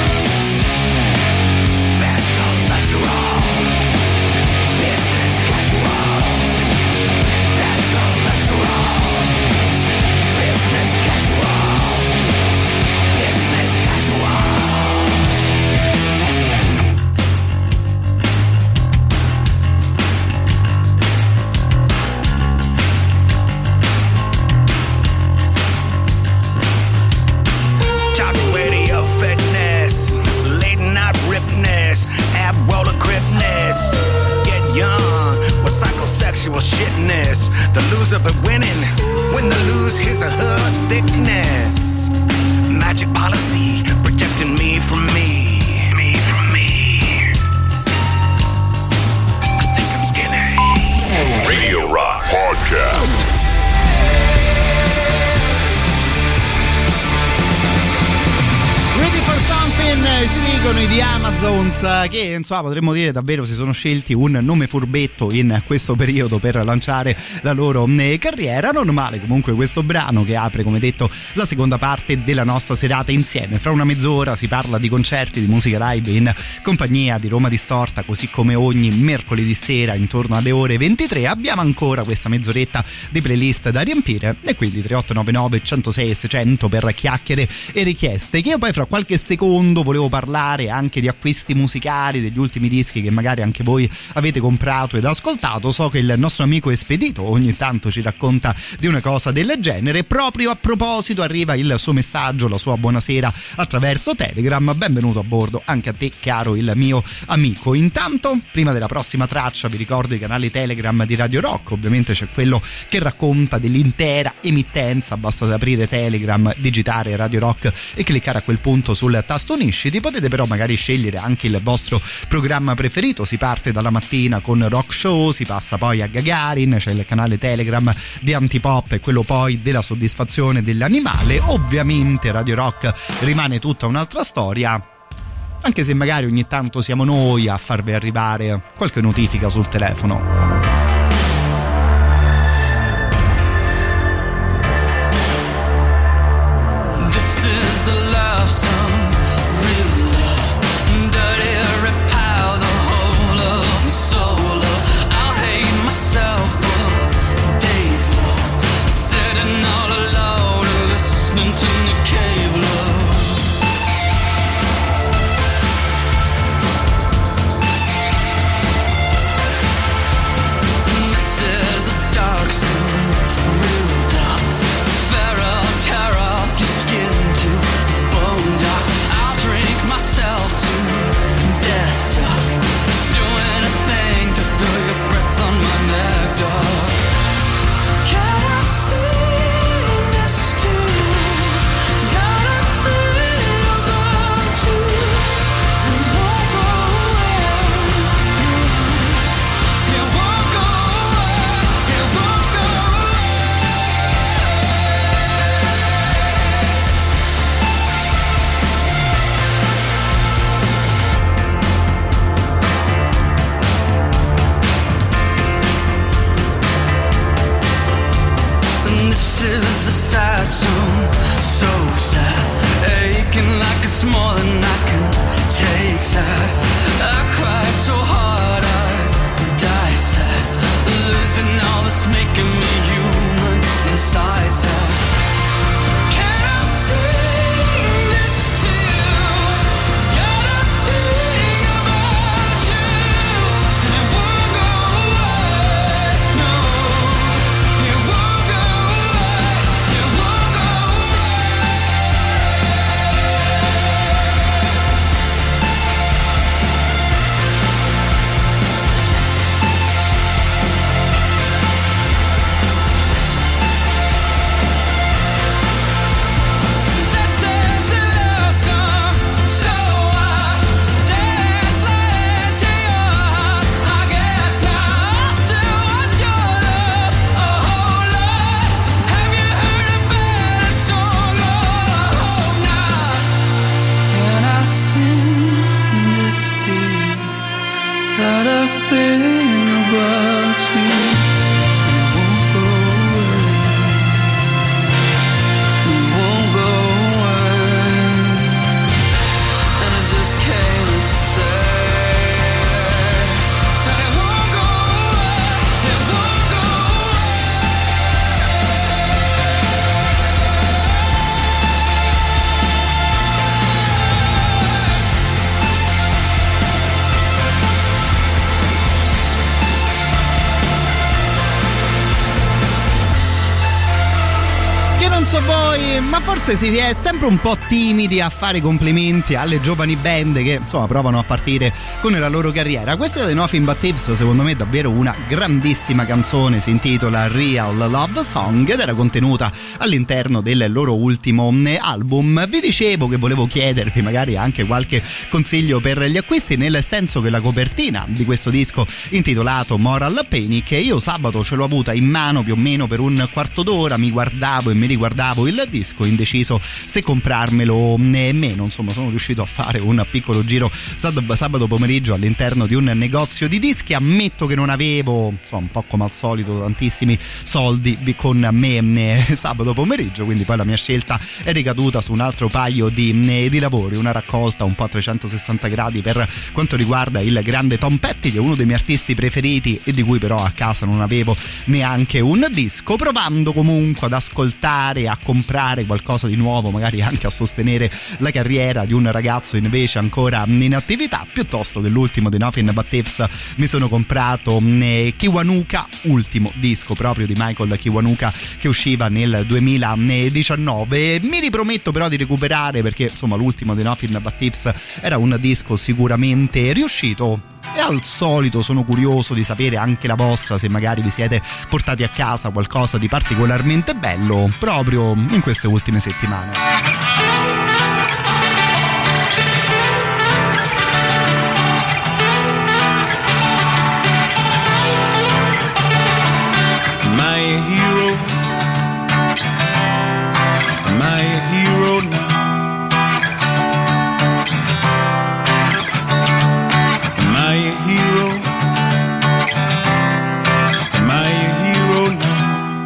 Bad cholesterol. Business casual. Bad cholesterol. Business casual. Business casual. Talk radio fitness, late night ripness, ab roller gripness. Young with psychosexual shitness. The loser but winning when the lose his or her thickness. Magic policy rejecting me from me. Me from me. I think I'm skinny. Radio Rock Podcast. Ready for Something, ci dicono i The Amazons, che insomma potremmo dire davvero si sono scelti un nome furbetto in questo periodo per lanciare la loro carriera. Non male comunque questo brano, che apre, come detto, la seconda parte della nostra serata insieme. Fra una mezz'ora si parla di concerti di musica live in compagnia di Roma Distorta, così come ogni mercoledì sera intorno alle ore ventitré. Abbiamo ancora questa mezz'oretta di playlist da riempire, e quindi tre otto nove nove uno zero sei seicento per chiacchiere e richieste, che io poi fra qualche secondo volevo parlare anche di acquisti musicali degli ultimi dischi che magari anche voi avete comprato ed ascoltato. So che il nostro amico Espedito ogni tanto ci racconta di una cosa del genere. Proprio a proposito arriva il suo messaggio, la sua buonasera attraverso Telegram. Benvenuto a bordo anche a te, caro il mio amico. Intanto, prima della prossima traccia, vi ricordo i canali Telegram di Radio Rock. Ovviamente c'è quello che racconta dell'intera emittenza, basta aprire Telegram, digitare Radio Rock e cliccare a quel punto sul tasto unisciti. Potete però magari scegliere anche il vostro programma preferito. Si parte dalla mattina con Rock Show, si passa poi a Gagarin, c'è il canale Telegram di Antipop e quello poi della soddisfazione dell'animale. Ovviamente Radio Rock rimane tutta un'altra storia, anche se magari ogni tanto siamo noi a farvi arrivare qualche notifica sul telefono. Ma forse si è sempre un po' timidi a fare complimenti alle giovani band che insomma provano a partire con la loro carriera. Questa dei Nothing But Thieves secondo me è davvero una grandissima canzone, si intitola Real Love Song ed era contenuta all'interno del loro ultimo album. Vi dicevo che volevo chiedervi magari anche qualche consiglio per gli acquisti, nel senso che la copertina di questo disco intitolato Moral Panic io sabato ce l'ho avuta in mano più o meno per un quarto d'ora, mi guardavo e mi riguardavo il disco indeciso se comprarmelo o meno. Insomma, sono riuscito a fare un piccolo giro sabato pomeriggio all'interno di un negozio di dischi. Ammetto che non avevo, insomma, un po' come al solito, tantissimi soldi con me sabato pomeriggio, quindi poi la mia scelta è ricaduta su un altro paio di, di lavori, una raccolta un po' a trecentosessanta gradi per quanto riguarda il grande Tom Petty, che è uno dei miei artisti preferiti e di cui però a casa non avevo neanche un disco, provando comunque ad ascoltare andare a comprare qualcosa di nuovo, magari anche a sostenere la carriera di un ragazzo invece ancora in attività, piuttosto che l'ultimo di Nothing But Thieves mi sono comprato eh, Kiwanuka, ultimo disco proprio di Michael Kiwanuka che usciva nel duemiladiciannove. Mi riprometto però di recuperare, perché insomma l'ultimo di Nothing But Thieves era un disco sicuramente riuscito. E al solito sono curioso di sapere anche la vostra, se magari vi siete portati a casa qualcosa di particolarmente bello proprio in queste ultime settimane. My hero, my hero now. My hero, my hero now.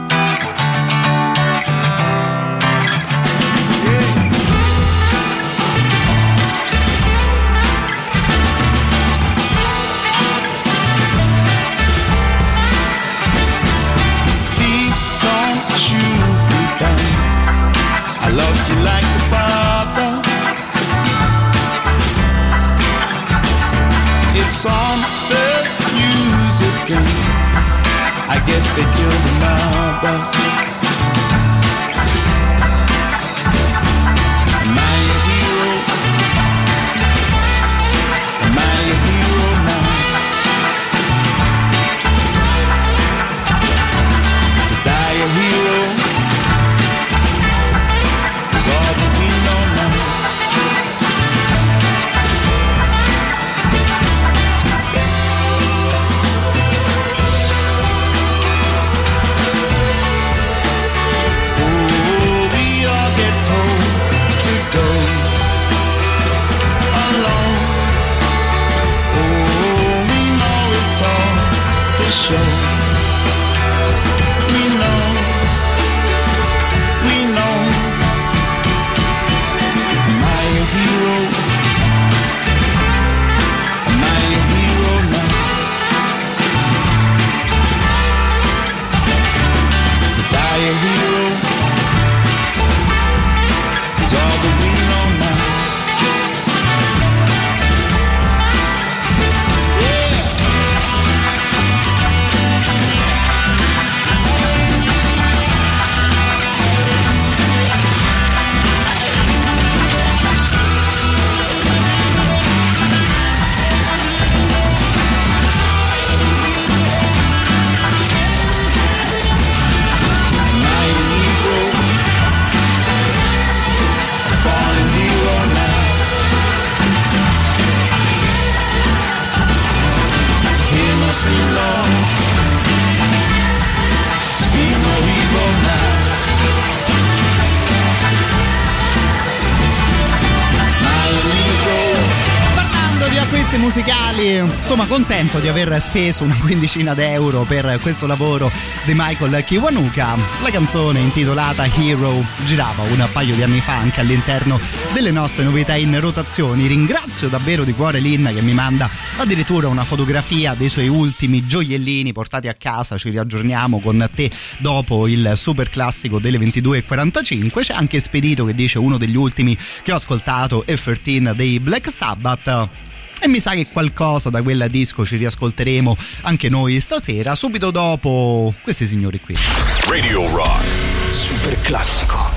Please don't shoot me down. I love you like a father. It's on the news again. I guess they killed the mother. My hero, my hero now. To die a hero is all that we know now. Show. We know, we know, my hero, my hero now. To die a hero is all that we know now. Queste musicali, insomma contento di aver speso una quindicina d'euro per questo lavoro di Michael Kiwanuka. La canzone intitolata Hero girava un paio di anni fa anche all'interno delle nostre novità in rotazioni. Ringrazio davvero di cuore Lynn che mi manda addirittura una fotografia dei suoi ultimi gioiellini portati a casa. Ci riaggiorniamo con te dopo il super classico delle ventidue e quarantacinque. C'è anche Spedito che dice uno degli ultimi che ho ascoltato è tredici dei Black Sabbath. E mi sa che qualcosa da quel disco ci riascolteremo anche noi stasera, subito dopo questi signori qui. Radio Rock Super classico.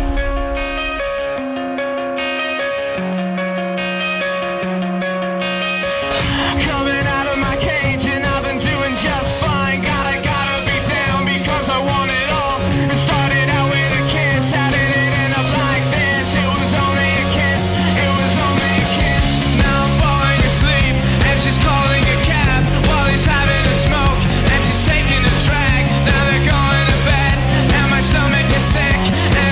Coming out of my cage and I've been doing just fine. Gotta, gotta be down because I want it all. It started out with a kiss, how did it end up like this? It was only a kiss, it was only a kiss. Now I'm falling asleep and she's calling a cab while he's having a smoke and she's taking a drag. Now they're going to bed and my stomach is sick and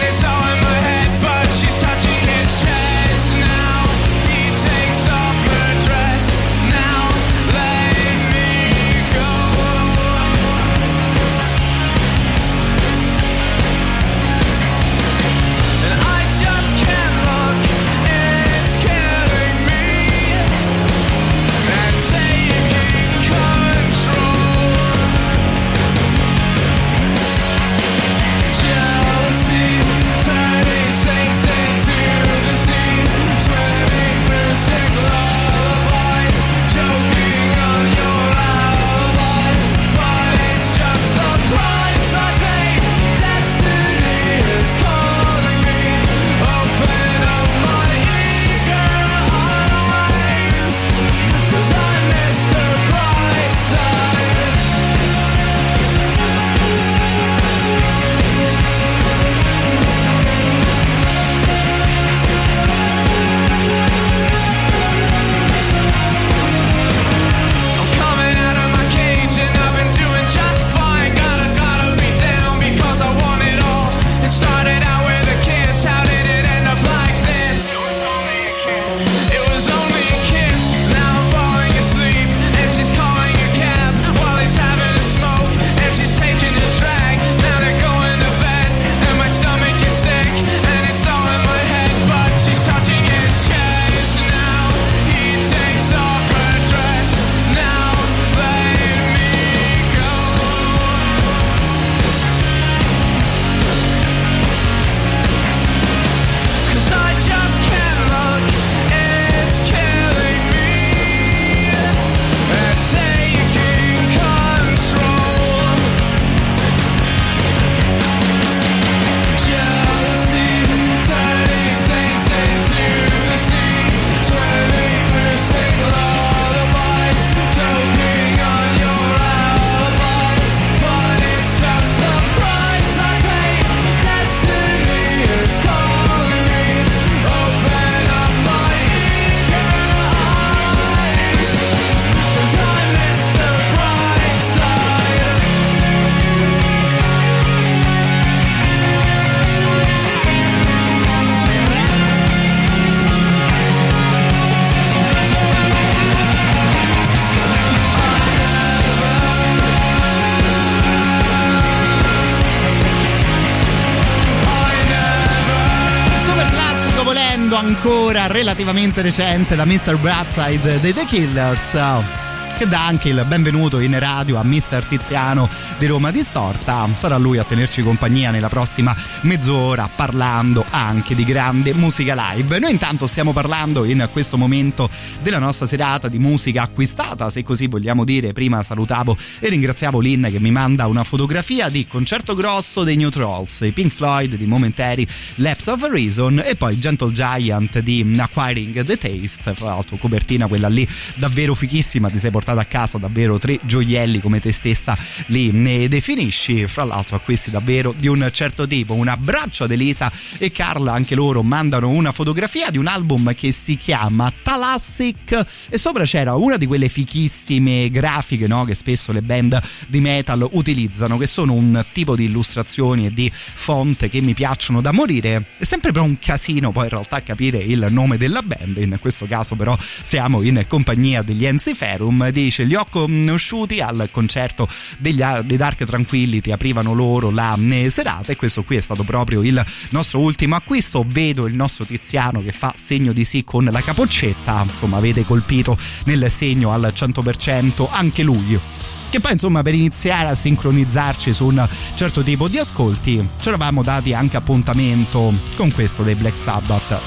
ancora relativamente recente da mister Brightside dei The Killers, che dà anche il benvenuto in radio a mister Tiziano di Roma Distorta. Sarà lui a tenerci compagnia nella prossima mezz'ora, parlando anche di grande musica live. Noi intanto stiamo parlando in questo momento della nostra serata di musica acquistata, se così vogliamo dire. Prima salutavo e ringraziavo Lynn che mi manda una fotografia di Concerto Grosso dei New Trolls, i Pink Floyd di Momentary Lapse of a Reason e poi Gentle Giant di Acquiring the Taste. Fra l'altro copertina quella lì davvero fichissima, ti sei portato a casa davvero tre gioielli, come te stessa li ne definisci, fra l'altro acquisti davvero di un certo tipo. Un abbraccio ad Elisa e Carla, anche loro mandano una fotografia di un album che si chiama Thalassic e sopra c'era una di quelle fichissime grafiche, no, che spesso le band di metal utilizzano, che sono un tipo di illustrazioni e di font che mi piacciono da morire. È sempre però un casino poi in realtà capire il nome della band, in questo caso però siamo in compagnia degli Ensiferum. Dice: li ho conosciuti al concerto degli, dei Dark Tranquillity, aprivano loro la serata e questo qui è stato proprio il nostro ultimo acquisto. Vedo il nostro Tiziano che fa segno di sì con la capoccetta, insomma avete colpito nel segno al cento per cento anche lui. Che poi insomma per iniziare a sincronizzarci su un certo tipo di ascolti ci eravamo dati anche appuntamento con questo dei Black Sabbath.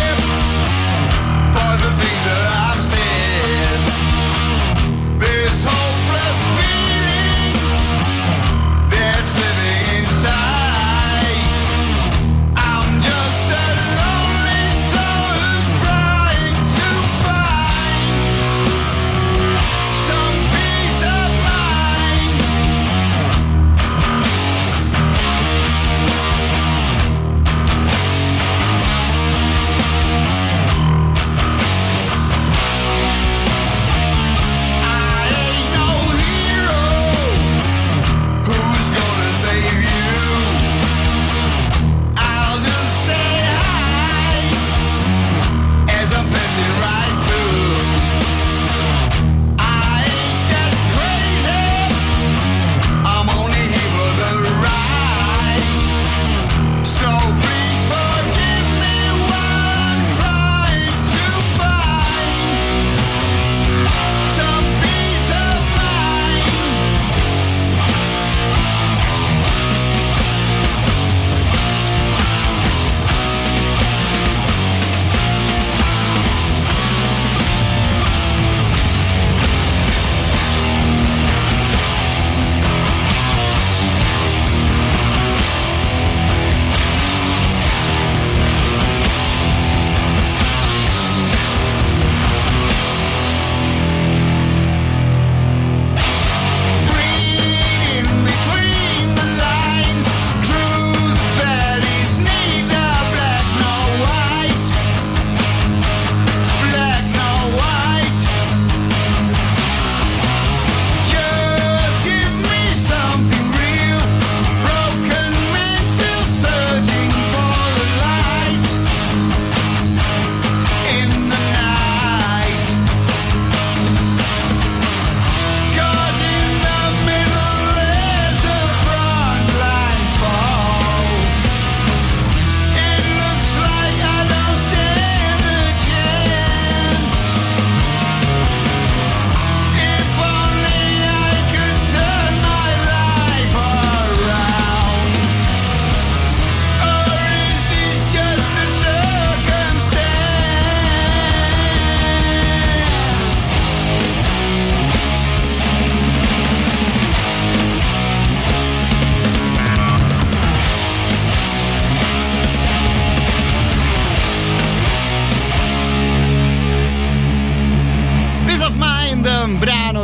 This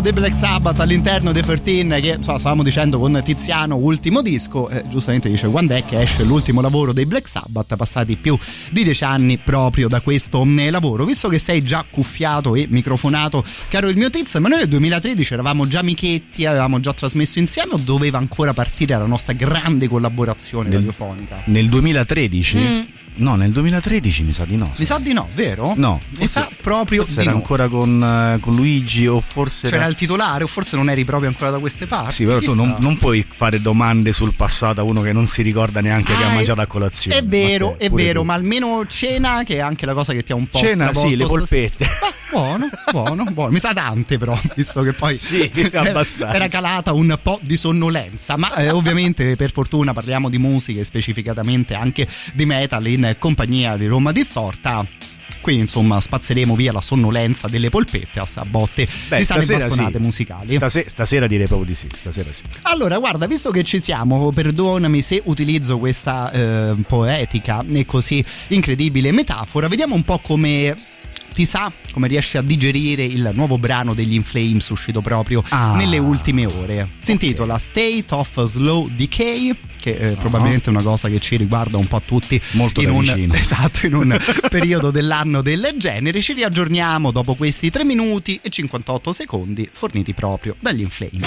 dei Black Sabbath all'interno dei tredici, che so, stavamo dicendo con Tiziano ultimo disco, eh, giustamente dice quando è che esce l'ultimo lavoro dei Black Sabbath, passati più di dieci anni proprio da questo eh, lavoro. Visto che sei già cuffiato e microfonato, caro il mio Tiz, ma noi nel duemilatredici eravamo già amichetti, avevamo già trasmesso insieme, o doveva ancora partire la nostra grande collaborazione nel, radiofonica? Nel duemilatredici? Mm. No, nel duemilatredici mi sa di no. Mi sa di no, vero? No, mi forse, sa proprio forse di era no. ancora con, uh, con Luigi, o forse c'era era... il titolare, o forse non eri proprio ancora da queste parti. Sì, però chissà. tu non, non puoi fare domande sul passato a uno che non si ricorda neanche ah, che ha mangiato a colazione. È vero, Matteo, è vero, tu. ma almeno cena, che è anche la cosa che ti ha un po' cena, stravolto. sì, le polpette. Buono, buono, buono. Mi sa tante però, visto che poi sì, era, abbastanza. era calata un po' di sonnolenza, ma eh, ovviamente per fortuna parliamo di musiche, specificatamente anche di metal, in compagnia di Roma Distorta. Quindi insomma spazzeremo via la sonnolenza delle polpette a botte Beh, di sane bastonate sì. musicali. Stase- stasera direi proprio di sì, stasera sì. Allora guarda, visto che ci siamo, perdonami se utilizzo questa eh, poetica e così incredibile metafora, vediamo un po' come ti sa, come riesci a digerire il nuovo brano degli In Flames uscito proprio ah, nelle ultime ore. Si intitola okay. State of Slow Decay, che è uh-huh. probabilmente una cosa che ci riguarda un po' tutti molto in un, vicino. esatto, in un periodo dell'anno del genere. Ci riaggiorniamo dopo questi tre minuti e cinquantotto secondi forniti proprio dagli In Flames.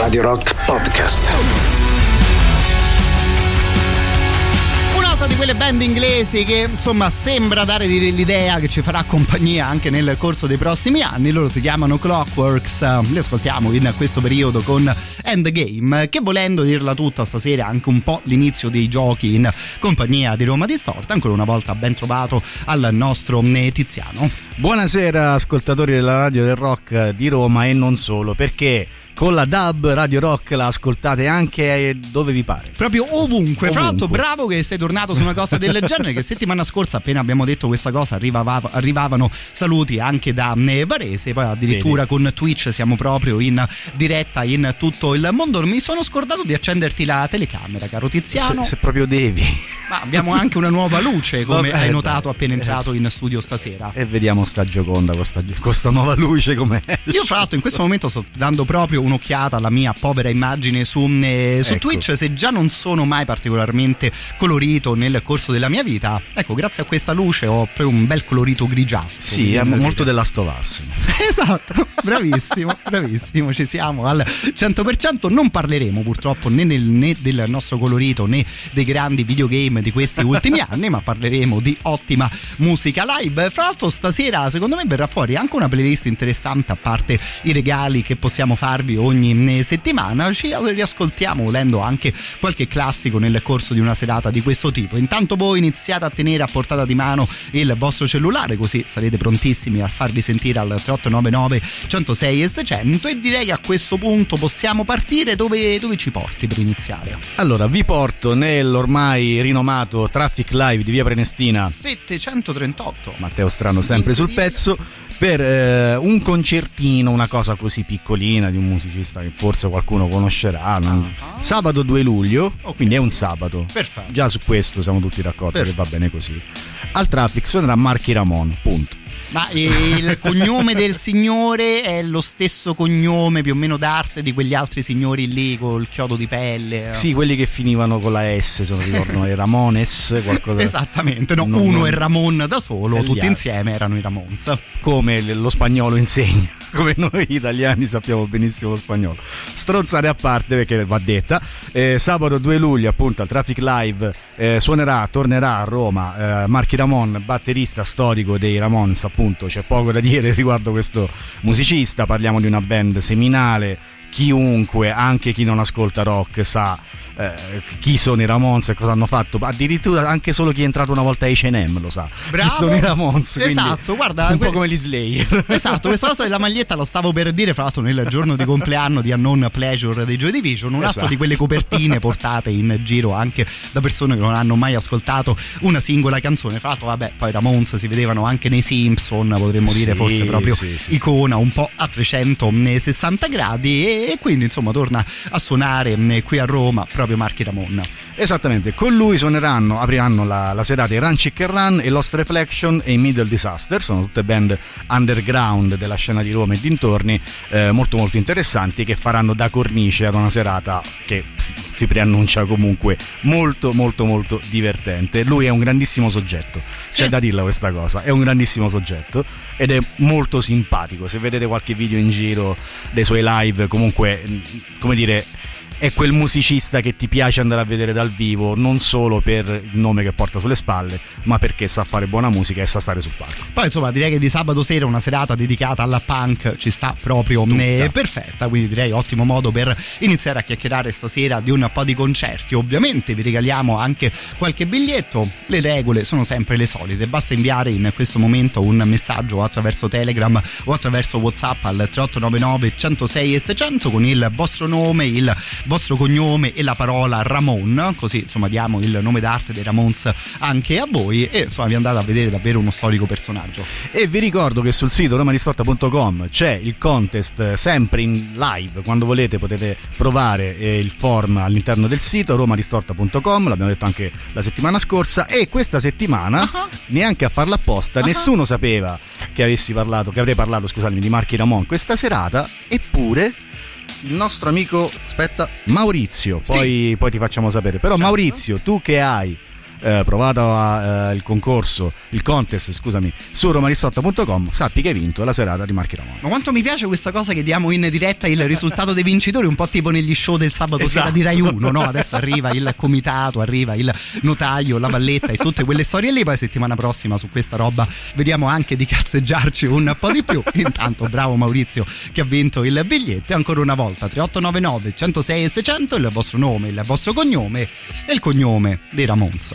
Radio Rock Podcast. Un'altra di quelle band inglesi che insomma sembra dare l'idea che ci farà compagnia anche nel corso dei prossimi anni. Loro si chiamano Clockworks, li ascoltiamo in questo periodo con Endgame, che volendo dirla tutta stasera è anche un po' l'inizio dei giochi in compagnia di Roma Distorta. Ancora una volta ben trovato al nostro Tiziano. Buonasera ascoltatori della Radio del Rock di Roma e non solo, perché con la D A B Radio Rock la ascoltate anche dove vi pare, proprio ovunque. ovunque. Fra l'altro bravo che sei tornato su una cosa del genere, che settimana scorsa appena abbiamo detto questa cosa arrivava, arrivavano saluti anche da Varese, poi addirittura Vedi. Con Twitch siamo proprio in diretta in tutto il mondo. Mi sono scordato di accenderti la telecamera, caro Tiziano. Se, se proprio devi. Ma abbiamo anche una nuova luce, come Vabbè, hai notato dai. appena entrato in studio stasera. E vediamo sta Gioconda con sta, con sta nuova luce com'è. Io fra l'altro in questo momento sto dando proprio un'occhiata alla mia povera immagine su, eh, su ecco. Twitch. Se già non sono mai particolarmente colorito nel corso della mia vita, ecco, grazie a questa luce ho proprio un bel colorito grigiastro. Sì, è molto della Stovaz. Esatto, bravissimo, bravissimo, ci siamo al cento per cento. Non parleremo purtroppo né, nel, né del nostro colorito né dei grandi videogame di questi ultimi anni, ma parleremo di ottima musica live. Fra l'altro stasera secondo me verrà fuori anche una playlist interessante, a parte i regali che possiamo farvi ogni settimana. Ci riascoltiamo volendo anche qualche classico nel corso di una serata di questo tipo. Intanto voi iniziate a tenere a portata di mano il vostro cellulare, così sarete prontissimi a farvi sentire al tre otto nove nove centosei e seicento, e direi che a questo punto possiamo partire. Dove, dove ci porti per iniziare? Allora vi porto nell'ormai rinomato Traffic Live di via Prenestina settecentotrentotto. Matteo Strano sempre sul pezzo, per eh, un concertino, una cosa così piccolina di un musicista che forse qualcuno conoscerà, no? uh-huh. Sabato due luglio, okay. Quindi è un sabato. Perfetto. Già su questo siamo tutti d'accordo. Perfetto. Che va bene così. Al Traffic suonerà Marky Ramone, punto. Ma il cognome del signore è lo stesso cognome più o meno d'arte di quegli altri signori lì col chiodo di pelle? Sì, quelli che finivano con la S, se non ricordo, i Ramones, qualcosa. Esattamente, no, non, uno non... è Ramon da solo, tutti altri. Insieme erano i Ramones. Come lo spagnolo insegna, come noi italiani sappiamo benissimo lo spagnolo. Stronzare a parte, perché va detta. Eh, sabato due luglio appunto al Traffic Live eh, suonerà, tornerà a Roma eh, Marky Ramone, batterista storico dei Ramones, appunto. C'è poco da dire riguardo questo musicista, parliamo di una band seminale. Chiunque, anche chi non ascolta rock, sa eh, chi sono i Ramones e cosa hanno fatto. Addirittura anche solo chi è entrato una volta ai C and M lo sa. Bravo. Chi sono i Ramones. Esatto, guarda, un que- po' come gli Slayer. Esatto, questa cosa della maglietta lo stavo per dire, fra l'altro nel giorno di compleanno di Unknown Pleasure dei Joy Division, un altro esatto. di quelle copertine portate in giro anche da persone che non hanno mai ascoltato una singola canzone. Fra l'altro vabbè, poi Ramones si vedevano anche nei Simpson, potremmo dire, sì, forse proprio sì, sì. icona un po' a trecentosessanta gradi, e quindi insomma torna a suonare qui a Roma proprio Marky Ramone. Esattamente, con lui suoneranno, apriranno la, la serata i Run Chicken Run, e Lost Reflection e i Middle Disaster. Sono tutte band underground della scena di Roma e dintorni, eh, molto molto interessanti, che faranno da cornice ad una serata che si, si preannuncia comunque molto molto molto divertente. Lui è un grandissimo soggetto, sì. C'è da dirla questa cosa, è un grandissimo soggetto ed è molto simpatico. Se vedete qualche video in giro dei suoi live, comunque, come dire, è quel musicista che ti piace andare a vedere dal vivo, non solo per il nome che porta sulle spalle, ma perché sa fare buona musica e sa stare sul palco. Poi insomma direi che di sabato sera una serata dedicata alla punk ci sta proprio eh, perfetta, quindi direi ottimo modo per iniziare a chiacchierare stasera di un po' di concerti. Ovviamente vi regaliamo anche qualche biglietto, le regole sono sempre le solite, basta inviare in questo momento un messaggio attraverso Telegram o attraverso WhatsApp al tre otto nove nove centosei e seicento con il vostro nome, il vostro cognome e la parola Ramon, così insomma diamo il nome d'arte dei Ramones anche a voi, e insomma vi andate a vedere davvero uno storico personaggio. E vi ricordo che sul sito romaristorta punto com c'è il contest sempre in live, quando volete potete provare eh, il form all'interno del sito romaristorta punto com, l'abbiamo detto anche la settimana scorsa, e questa settimana uh-huh. neanche a farla apposta uh-huh. nessuno sapeva che avessi parlato, che avrei parlato scusatemi di Marky Ramone questa serata, eppure il nostro amico, aspetta, Maurizio, poi, sì. poi ti facciamo sapere, però certo. Maurizio, tu che hai eh, provato a, eh, il concorso, il contest, scusami, su romarisotto punto com, sappi che hai vinto la serata di Marchi Ramon. Ma quanto mi piace questa cosa che diamo in diretta il risultato dei vincitori, un po' tipo negli show del sabato Esatto. sera di Rai uno, no? Adesso arriva il comitato, arriva il notaio, la valletta e tutte quelle storie lì. Poi settimana prossima su questa roba vediamo anche di cazzeggiarci un po' di più. Intanto bravo Maurizio che ha vinto il biglietto. E ancora una volta tre otto nove nove uno zero sei sei zero zero, il vostro nome, il vostro cognome e il cognome dei Ramones.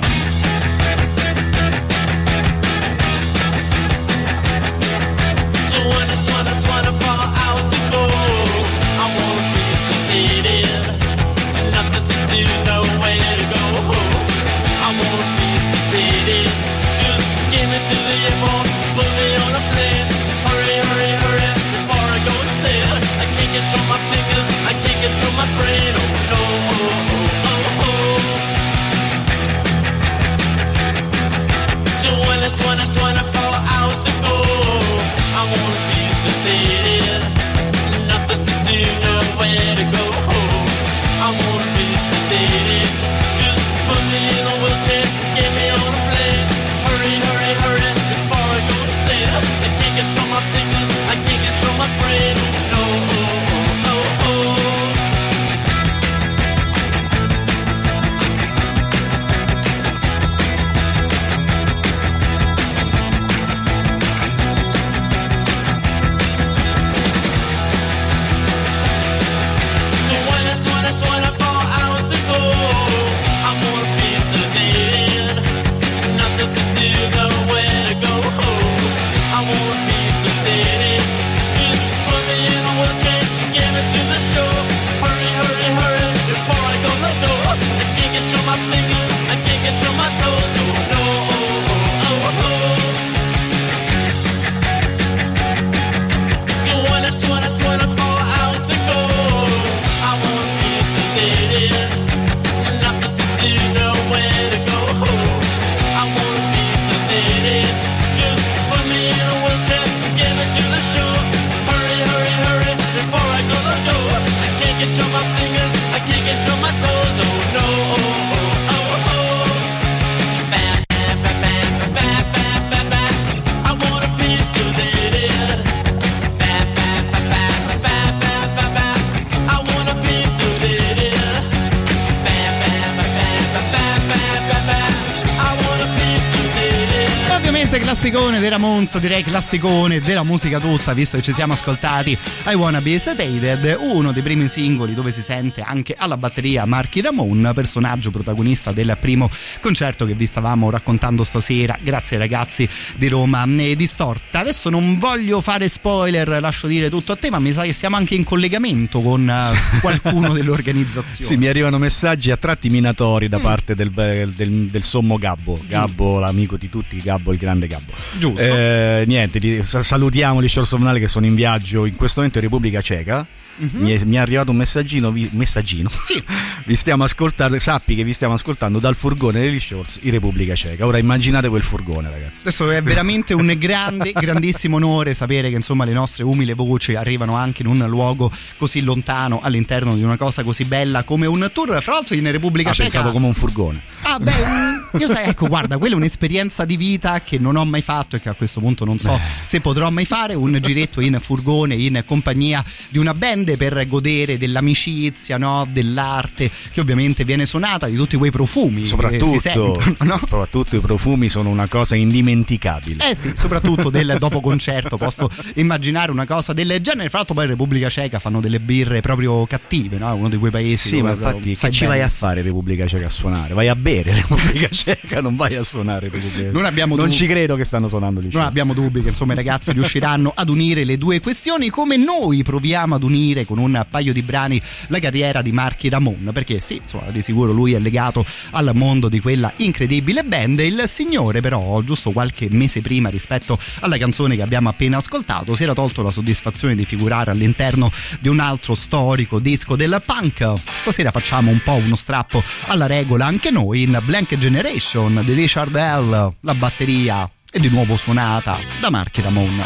Classicone dei Ramones, direi classicone della musica tutta, visto che ci siamo ascoltati I Wanna Be Sedated, uno dei primi singoli dove si sente anche alla batteria Marchi Ramon, personaggio protagonista del primo concerto che vi stavamo raccontando stasera, grazie ai ragazzi di Roma e Distorta. Adesso non voglio fare spoiler, lascio dire tutto a te, ma mi sa che siamo anche in collegamento con qualcuno dell'organizzazione. Sì, mi arrivano messaggi a tratti minatori da parte del, del, del sommo Gabbo, Gabbo l'amico di tutti, Gabbo il grande Gabbo. Giusto. Eh, niente, li, salutiamo gli Shores of Nile che sono in viaggio in questo momento in Repubblica Ceca. Mm-hmm. Mi, è, mi è arrivato un messaggino, vi, messaggino. Sì. Vi stiamo ascoltando, sappi che vi stiamo ascoltando dal furgone degli Shores in Repubblica Ceca. Ora immaginate quel furgone, ragazzi. Adesso è veramente un grande, grandissimo onore sapere che insomma le nostre umili voci arrivano anche in un luogo così lontano all'interno di una cosa così bella come un tour. Fra l'altro in Repubblica ah, Ceca. Pensavo come un furgone. Ah beh, io sai, ecco, guarda, quella è un'esperienza di vita che non ho mai fatto e che a questo punto non so beh. se potrò mai fare, un giretto in furgone in compagnia di una band per godere dell'amicizia, no? Dell'arte che ovviamente viene suonata, di tutti quei profumi soprattutto, che si sentono, no? Soprattutto i profumi sono una cosa indimenticabile. Eh sì, soprattutto del dopo concerto posso immaginare una cosa del genere. Fra l'altro poi in Repubblica Ceca fanno delle birre proprio cattive, no? Uno di quei paesi sì, ma infatti che ci bene. vai a fare in Repubblica Ceca a suonare? Vai a bere in Repubblica Ceca, non vai a suonare in Repubblica Ceca. Non, abbiamo non dubbi. ci credo che stanno suonando lì. Non abbiamo dubbi che insomma i ragazzi riusciranno ad unire le due questioni, come noi proviamo ad unire con un paio di brani la carriera di Marchi Ramon, perché sì, insomma, di sicuro lui è legato al mondo di quella incredibile band. Il signore però giusto qualche mese prima rispetto alla canzone che abbiamo appena ascoltato si era tolto la soddisfazione di figurare all'interno di un altro storico disco del punk. Stasera facciamo un po' uno strappo alla regola anche noi in Blank Generation di Richard Hell, la batteria è di nuovo suonata da Marchi Ramon.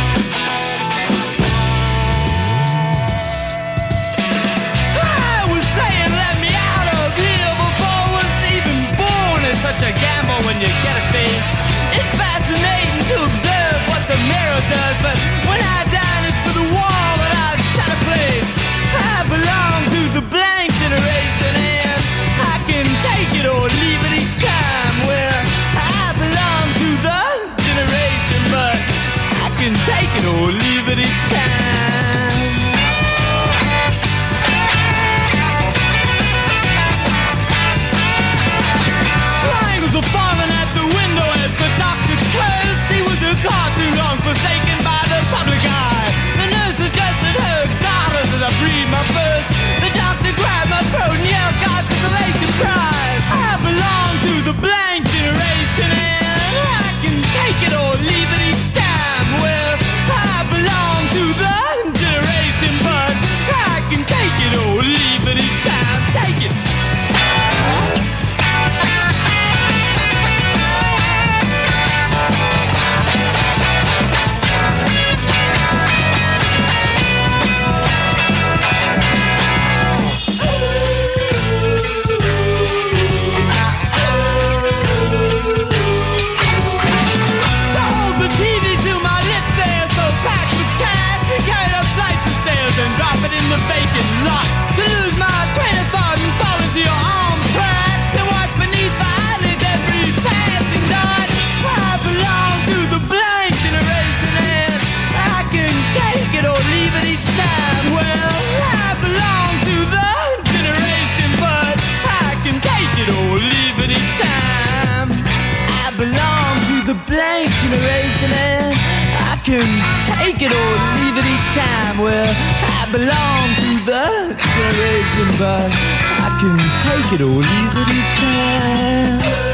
I was can take it or leave it each time. Triangles are falling at the window as the doctor cursed. He was a cartoon long forsaken by the public eye. The nurse suggested her daughter that I breathe my first. The doctor grabbed my throat and yelled, God's consolation prize. I belong to the blank generation and I can take it or leave it each time. Well, I belong to the generation, but I can take it or leave it each time. Take it. And drop it in the vacant lot. To lose my train of thought and fall into your arms tracks and watch beneath the eyelids every passing dot. I belong to the blank generation and I can take it or leave it each time. Well, I belong to the generation, but I can take it or leave it each time. I belong to the blank generation and I can take it or leave it each time. Well, I belong to the generation, but I can take it or leave it each time.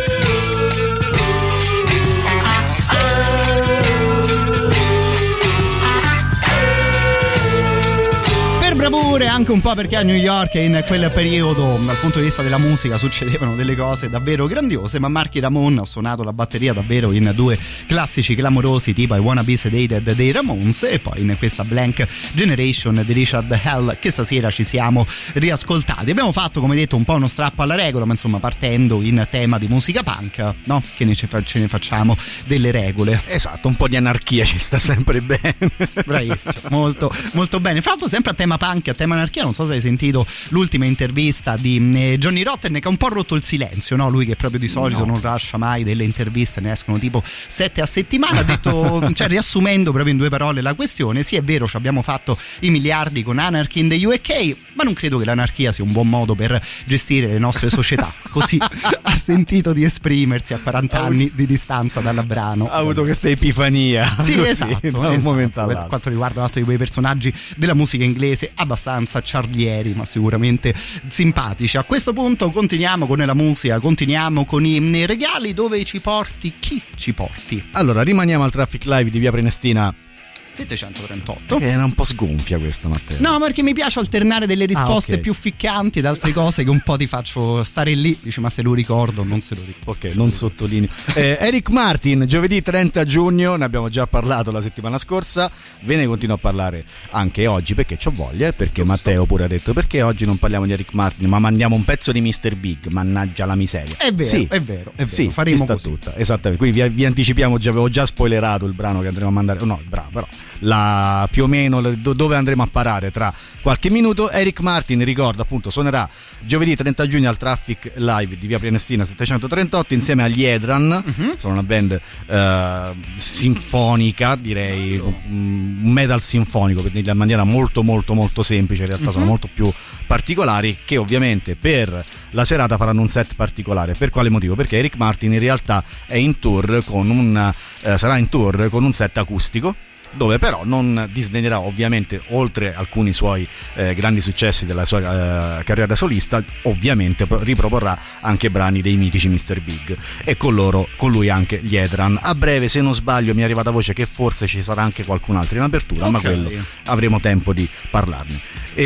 Bravure, anche un po' perché a New York in quel periodo dal punto di vista della musica succedevano delle cose davvero grandiose, ma Marky Ramone ha suonato la batteria davvero in due classici clamorosi tipo I Wanna Be Sedated dei Ramones e poi in questa Blank Generation di Richard Hell che stasera ci siamo riascoltati. Abbiamo fatto, come detto, un po' uno strappo alla regola, ma insomma partendo in tema di musica punk, no? Che ne ce, ce ne facciamo delle regole. Esatto, un po' di anarchia ci sta sempre bene. Bravissimo, molto, molto bene. Fra l'altro sempre a tema punk, a tema anarchia, non so se hai sentito l'ultima intervista di eh, Johnny Rotten, che ha un po' rotto il silenzio, no? Lui che proprio di solito no. non lascia mai delle interviste, ne escono tipo sette a settimana, ha detto, cioè riassumendo proprio in due parole la questione: sì, è vero, ci abbiamo fatto i miliardi con Anarchy in the U K, ma non credo che l'anarchia sia un buon modo per gestire le nostre società. Così ha sentito di esprimersi a quaranta anni di distanza dal brano. Ha avuto questa epifania. Sì, così, esatto, da un esatto. momento all'altro. Per quanto riguarda un altro di quei personaggi della musica inglese abbastanza ciarlieri, ma sicuramente simpatici. A questo punto continuiamo con la musica, continuiamo con i regali. Dove ci porti? Chi ci porti? Allora, rimaniamo al Traffic Live di Via Prenestina settecentotrentotto. Che era un po' sgonfia questa, Matteo. No, perché mi piace alternare delle risposte ah, okay. più ficcanti ed altre cose che un po' ti faccio stare lì. Dici, ma se lo ricordo o non se lo ricordo. Ok, non sottolineo. eh, Eric Martin, giovedì trenta giugno, ne abbiamo già parlato la settimana scorsa, ve ne continuo a parlare anche oggi perché c'ho voglia, perché Giusto. Matteo pure ha detto perché oggi non parliamo di Eric Martin ma mandiamo un pezzo di mister Big, mannaggia la miseria. È vero, sì. è vero, è vero. Sì, faremo sta così. Tutta, esattamente. Quindi vi, vi anticipiamo, già, avevo già spoilerato il brano che andremo a mandare, oh, no, il brano però la più o meno dove andremo a parare tra qualche minuto. Eric Martin, ricordo appunto, suonerà giovedì trenta giugno al Traffic Live di Via Prenestina settecentotrentotto insieme agli Edran. Uh-huh. Sono una band uh, sinfonica, direi un metal sinfonico, per dirla in maniera molto molto molto semplice. In realtà uh-huh. sono molto più particolari, che ovviamente per la serata faranno un set particolare. Per quale motivo? Perché Eric Martin in realtà è in tour con un uh, sarà in tour con un set acustico, dove però non disdegnerà, ovviamente, oltre alcuni suoi eh, grandi successi della sua eh, carriera solista, ovviamente riproporrà anche brani dei mitici mister Big e con loro, con lui anche gli Edran. A breve, se non sbaglio, mi è arrivata voce che forse ci sarà anche qualcun altro in apertura, okay. ma quello avremo tempo di parlarne.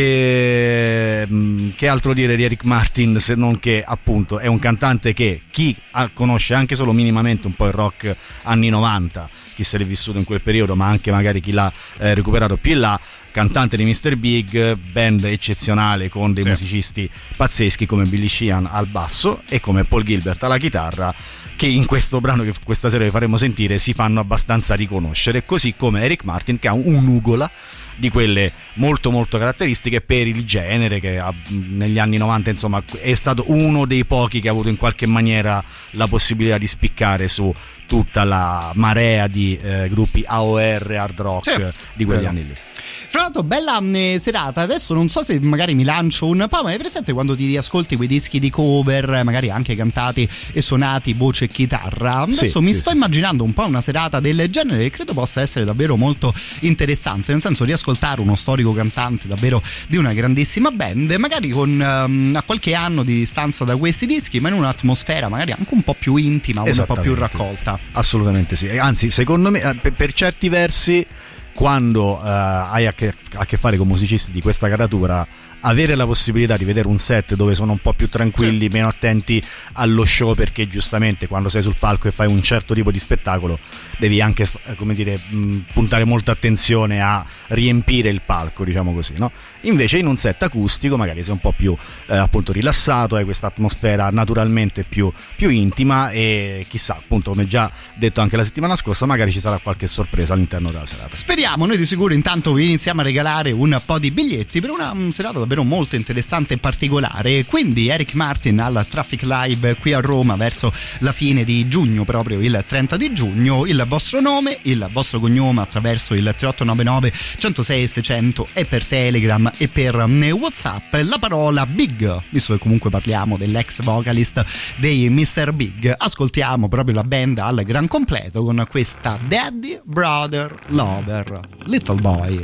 E, che altro dire di Eric Martin se non che appunto è un cantante che chi conosce anche solo minimamente un po' il rock anni novanta, chi se l'è vissuto in quel periodo, ma anche magari chi l'ha eh, recuperato più in là, cantante di mister Big, band eccezionale con dei sì. musicisti pazzeschi come Billy Sheehan al basso e come Paul Gilbert alla chitarra, che in questo brano che questa sera vi faremo sentire si fanno abbastanza riconoscere, così come Eric Martin, che ha un'ugola di quelle molto molto caratteristiche per il genere, che ha, negli anni novanta insomma è stato uno dei pochi che ha avuto in qualche maniera la possibilità di spiccare su tutta la marea di eh, gruppi A O R, hard rock Sì, di quegli vero. anni lì. Fra l'altro bella mh, serata, adesso non so se magari mi lancio un po', ma hai presente quando ti riascolti quei dischi di cover, magari anche cantati e suonati voce e chitarra? Adesso Sì, mi sì, sto sì, immaginando un po' una serata del genere e credo possa essere davvero molto interessante, nel senso riascoltare uno storico cantante davvero di una grandissima band, magari con um, a qualche anno di distanza da questi dischi, ma in un'atmosfera magari anche un po' più intima, un po' più raccolta. Assolutamente sì, anzi secondo me per, per certi versi quando uh, hai a che, a che fare con musicisti di questa caratura, avere la possibilità di vedere un set dove sono un po' più tranquilli, sì, meno attenti allo show, perché giustamente quando sei sul palco e fai un certo tipo di spettacolo devi anche, come dire, mh, puntare molta attenzione a riempire il palco, diciamo così, no? Invece in un set acustico magari sei un po' più eh, appunto rilassato, hai questa atmosfera naturalmente più, più intima e chissà, appunto, come già detto anche la settimana scorsa, magari ci sarà qualche sorpresa all'interno della serata. Speriamo, noi di sicuro intanto vi iniziamo a regalare un po' di biglietti per una um, serata davvero molto interessante e particolare. Quindi Eric Martin al Traffic Live qui a Roma verso la fine di giugno, proprio il trenta di giugno. Il vostro nome, il vostro cognome attraverso il tre otto nove nove uno zero sei seicento e per Telegram e per WhatsApp la parola Big, visto che comunque parliamo dell'ex vocalist dei mister Big. Ascoltiamo proprio la band al gran completo con questa Daddy, Brother, Lover, Little Boy.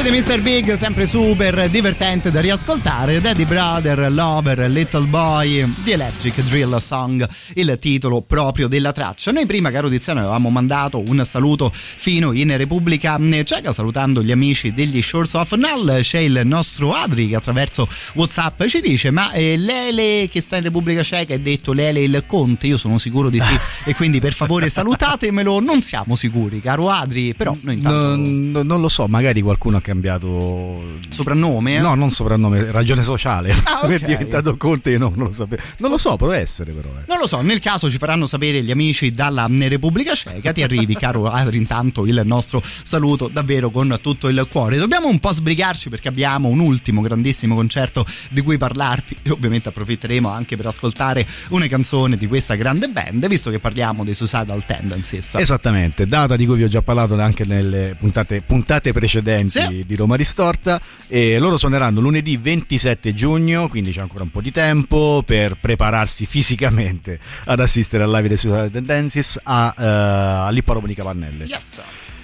di mister Big, sempre super divertente da riascoltare. Daddy Brother, Lover, Little Boy, The Electric Drill Song, il titolo proprio della traccia. Noi prima, caro Tiziano, avevamo mandato un saluto fino in Repubblica Ceca, salutando gli amici degli Shores of Null. C'è il nostro Adri che attraverso WhatsApp ci dice: ma eh, Lele che sta in Repubblica Ceca è detto Lele il Conte? Io sono sicuro di sì e quindi per favore salutatemelo. Non siamo sicuri, caro Adri, però noi intanto no, non lo so, magari qualcuno ha cambiato soprannome, eh? No, non soprannome, ragione sociale. Ah, okay. È diventato Conte, io no, non lo sapevo. Non lo so, può essere però. Eh. Non lo so, nel caso ci faranno sapere gli amici dalla Repubblica Ceca. Ti arrivi, caro Adri, intanto il nostro saluto davvero con tutto il cuore. Dobbiamo un po' sbrigarci perché abbiamo un ultimo grandissimo concerto di cui parlarvi e ovviamente approfitteremo anche per ascoltare una canzone di questa grande band, visto che parliamo dei Suicidal Tendencies. Esattamente, data di cui vi ho già parlato anche nelle puntate, puntate precedenti, sì, di Roma Ristorta, e loro suoneranno lunedì ventisette giugno, quindi c'è ancora un po' di tempo per prepararsi fisicamente ad assistere al live dei Suicidal Tendencies a, uh, all'Ippodromo di Capannelle. Yes.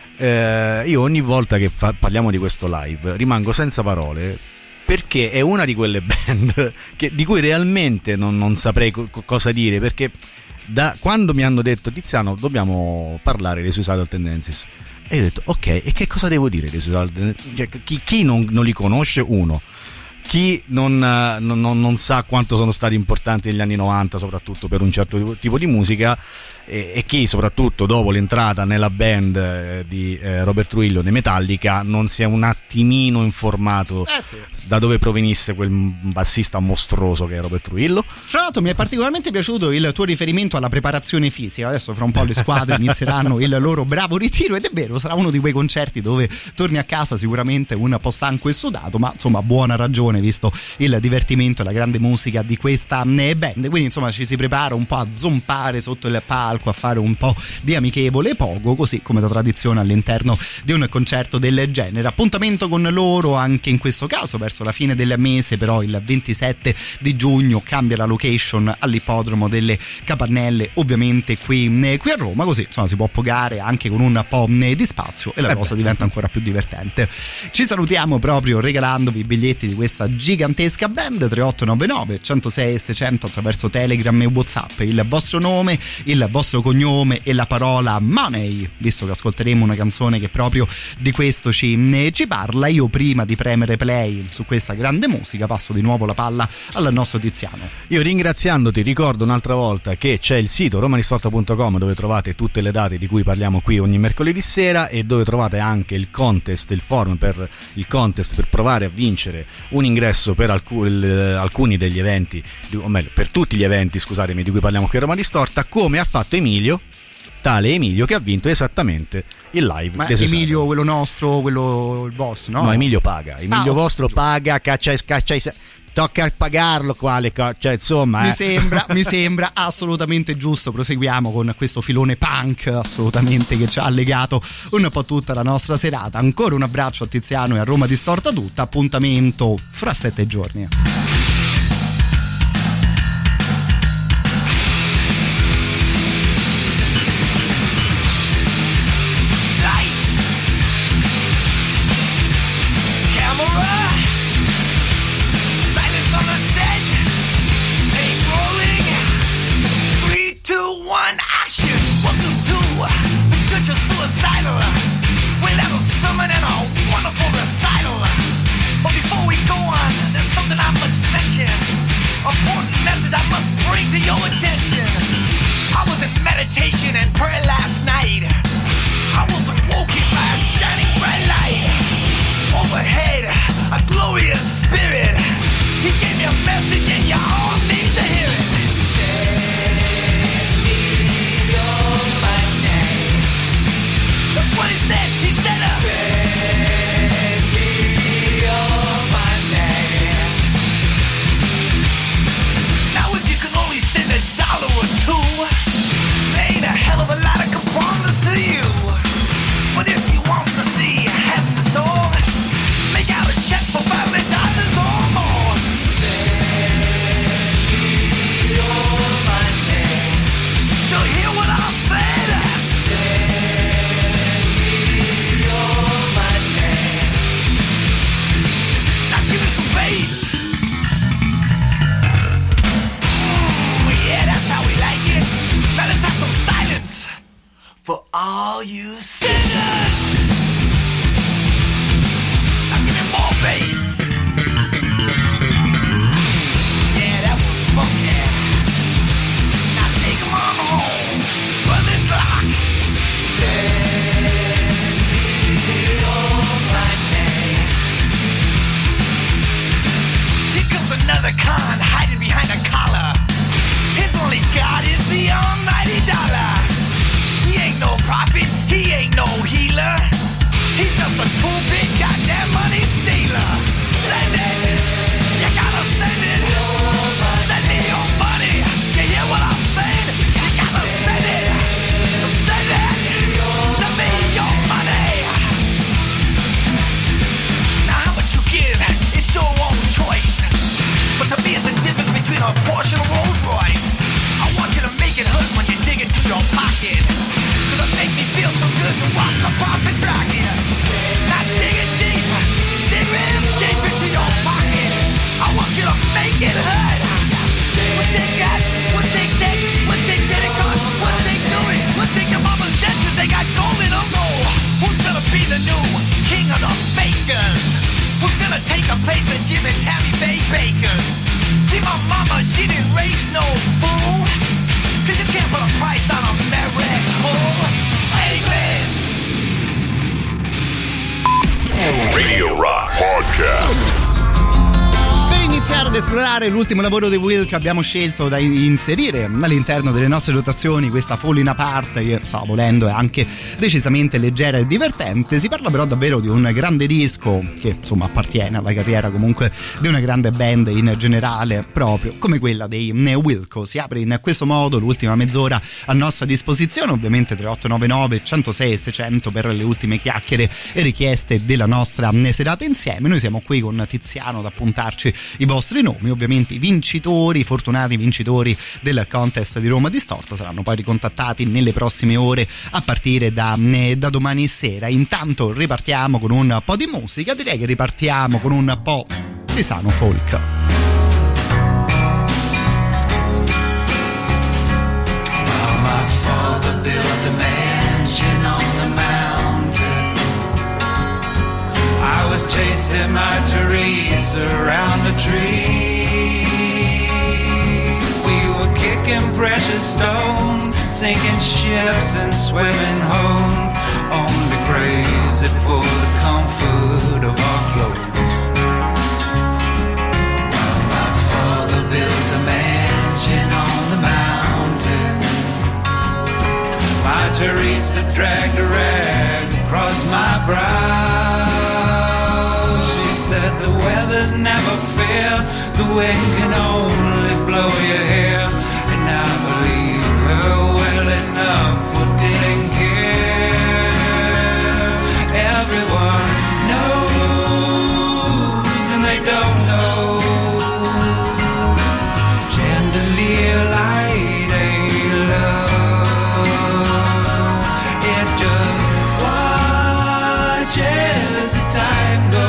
Eh, io ogni volta che fa- parliamo di questo live rimango senza parole, perché è una di quelle band che, di cui realmente non, non saprei co- cosa dire, perché da quando mi hanno detto Tiziano dobbiamo parlare dei Suicidal Tendencies, e io ho detto ok, e che cosa devo dire dei Suicidal Tendencies? Cioè, chi, chi non, non li conosce, uno, chi non, non, non sa quanto sono stati importanti negli anni novanta soprattutto per un certo tipo di musica, e, e chi soprattutto dopo l'entrata nella band eh, di eh, Robert Trujillo dei Metallica non si è un attimino informato eh sì. da dove provenisse quel bassista mostruoso che è Robert Trujillo. Fra l'altro mi è particolarmente piaciuto il tuo riferimento alla preparazione fisica. Adesso fra un po' le squadre inizieranno il loro bravo ritiro, ed è vero, sarà uno di quei concerti dove torni a casa sicuramente un po' stanco e sudato, ma insomma buona ragione visto il divertimento e la grande musica di questa band. Quindi insomma ci si prepara un po' a zompare sotto il palco, a fare un po' di amichevole poco, così come da tradizione all'interno di un concerto del genere. Appuntamento con loro anche in questo caso verso la fine del mese, però il ventisette di giugno cambia la location all'Ippodromo delle Capannelle, ovviamente qui, qui a Roma, così insomma si può pogare anche con un po' di spazio e la cosa diventa ancora più divertente. Ci salutiamo proprio regalandovi i biglietti di questa gigantesca band. Tre otto nove nove centosei e seicento attraverso Telegram e WhatsApp, il vostro nome, il vostro cognome e la parola money, visto che ascolteremo una canzone che proprio di questo ci, ci parla. Io prima di premere play su questa grande musica passo di nuovo la palla al nostro Tiziano. Io ringraziandoti ricordo un'altra volta che c'è il sito romanistorta punto com dove trovate tutte le date di cui parliamo qui ogni mercoledì sera, e dove trovate anche il contest, il form per il contest per provare a vincere un ingresso per alc- alcuni degli eventi, o meglio per tutti gli eventi, scusatemi, di cui parliamo qui a Roma Ristorta, come ha fatto Emilio, tale Emilio che ha vinto esattamente il live. Ma Emilio Susano. Quello nostro, quello il vostro, no? No, Emilio paga, Emilio ah, vostro giusto. paga, caccia e scaccia, tocca pagarlo quale, cioè insomma mi eh. sembra mi sembra assolutamente giusto. Proseguiamo con questo filone punk assolutamente che ci ha legato un po' tutta la nostra serata. Ancora un abbraccio a Tiziano e a Roma Distorta tutta, appuntamento fra sette giorni. Suicidal, we'll have a sermon and a wonderful recital. But before we go on, there's something I must mention. Important message I must bring to your attention. I was in meditation and prayer last night. I was awoken by a shining bright light. Overhead, a glorious spirit. He gave me a message and you all need to hear it. That's what he said, he said uh, send me your money. Now if you can only send a dollar or two, there ain't a hell of a lot I can promise to you. But if you want to see heaven's door, make out a check for five hundred dollars or more. Send all you sinners. Now give me more bass. Yeah, that was funky. Now take 'em on home. Run the clock. Send me your money. Here comes another con hiding behind a collar. His only God is the almighty dollar. He ain't no prophet, he ain't no healer. He's just a too big goddamn money stealer. Send it, you gotta send it. Send me your money, you hear what I'm saying? You gotta send it, send it. Send me your money. Now how much you give, it's your own choice. But to me it's the difference between a Porsche and a Rolls Royce. I want you to make it hurt when you dig into your pocket. Cause it make me feel so good to watch the profits rocket. Now dig it deep, dig real deep into your pocket. I want you to make it hurt. We'll take cash, we'll take dicks, we'll take credit cards, we'll take jewelry, we'll take your mama's dentures, they got gold in them. So, who's gonna be the new king of the fakers? Who's gonna take the place of Jim and Tammy Faye Bakers? See my mama, she didn't raise no fool. Cause you can't put a price on a miracle. Amen. Radio Rock Podcast. Per iniziare ad esplorare l'ultimo lavoro di Will che abbiamo scelto da inserire all'interno delle nostre rotazioni, questa Falling Apart che, so, volendo, è anche decisamente leggera e divertente. Si parla però davvero di un grande disco che insomma appartiene alla carriera comunque di una grande band in generale, proprio come quella dei Wilco. Si apre in questo modo l'ultima mezz'ora a nostra disposizione, ovviamente tre otto nove nove centosei seicento per le ultime chiacchiere e richieste della nostra serata insieme. Noi siamo qui con Tiziano ad appuntarci i vostri nomi, ovviamente i vincitori, i fortunati vincitori del contest di Roma Distorta saranno poi ricontattati nelle prossime ore a partire da, da domani sera. Intanto ripartiamo con un po' di musica, direi che ripartiamo con un po' di sano folk. My father built a mansion on the mountain. I was chasing my Teresa around the tree. We were kicking precious stones, sinking ships and swimming home. Only crazy for the comfort of our clothes. Well, my father built a mansion on the mountain. My Teresa dragged a rag across my brow. She said the weather's never fair, the wind can only blow your hair. And I believe her well enough for didn't care. Everyone knows and they don't know. Chandelier light ain't love. It just watches the time go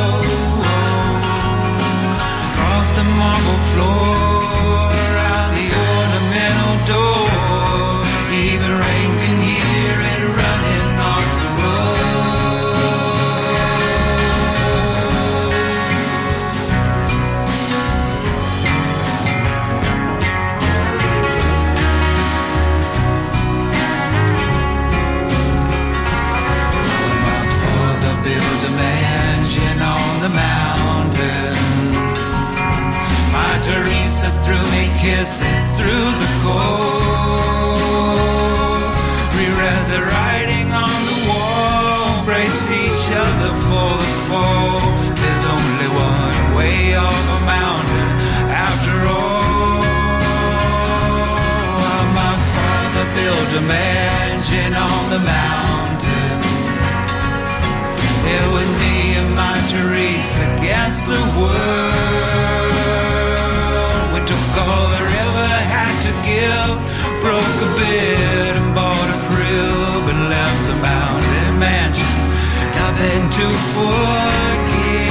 across the marble floor, out the ornamental door. Even rain can hear it running on the My father built a mansion on the mountain. My Teresa threw me kisses through the cold. Reread the writing on the wall, braced each other for the fall. There's only one way off a mountain after all. My father built a mansion on the mountain. It was me and my Teresa against the world. We took all the river had to give, broke a bit and bought a crib and left the mountain mansion, nothing to forget.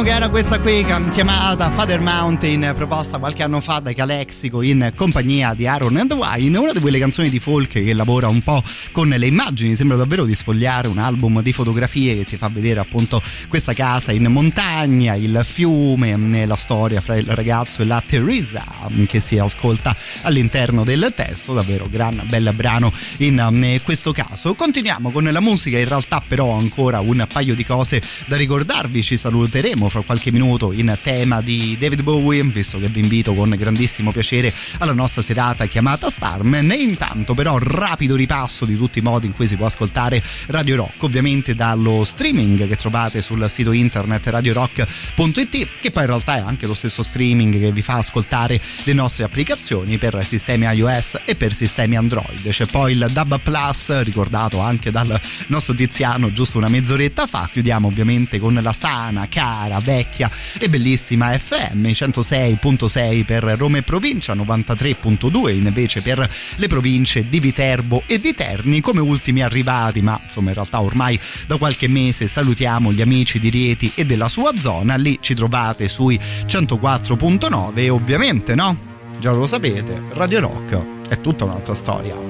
che era questa qui chiamata Father Mountain, proposta qualche anno fa da Calexico in compagnia di Aaron and the Wine, una di quelle canzoni di folk che lavora un po' con le immagini, sembra davvero di sfogliare un album di fotografie che ti fa vedere appunto questa casa in montagna, il fiume, la storia fra il ragazzo e la Teresa che si ascolta all'interno del testo, davvero gran bel brano in questo caso. Continuiamo con la musica, in realtà però ancora un paio di cose da ricordarvi, ci saluteremo fra qualche minuto in tema di David Bowie, visto che vi invito con grandissimo piacere alla nostra serata chiamata Starman, e intanto però rapido ripasso di tutti i modi in cui si può ascoltare Radio Rock, ovviamente dallo streaming che trovate sul sito internet radio rock punto it, che poi in realtà è anche lo stesso streaming che vi fa ascoltare le nostre applicazioni per sistemi iOS e per sistemi Android. C'è poi il Dub Plus, ricordato anche dal nostro Tiziano giusto una mezz'oretta fa. Chiudiamo ovviamente con la sana, cara, vecchia e bellissima F M centosei virgola sei per Roma e provincia, novantatré virgola due invece per le province di Viterbo e di Terni. Come ultimi arrivati, ma insomma in realtà ormai da qualche mese, salutiamo gli amici di Rieti e della sua zona. Lì ci trovate sui centoquattro virgola nove e ovviamente, no? Già lo sapete, Radio Rock è tutta un'altra storia.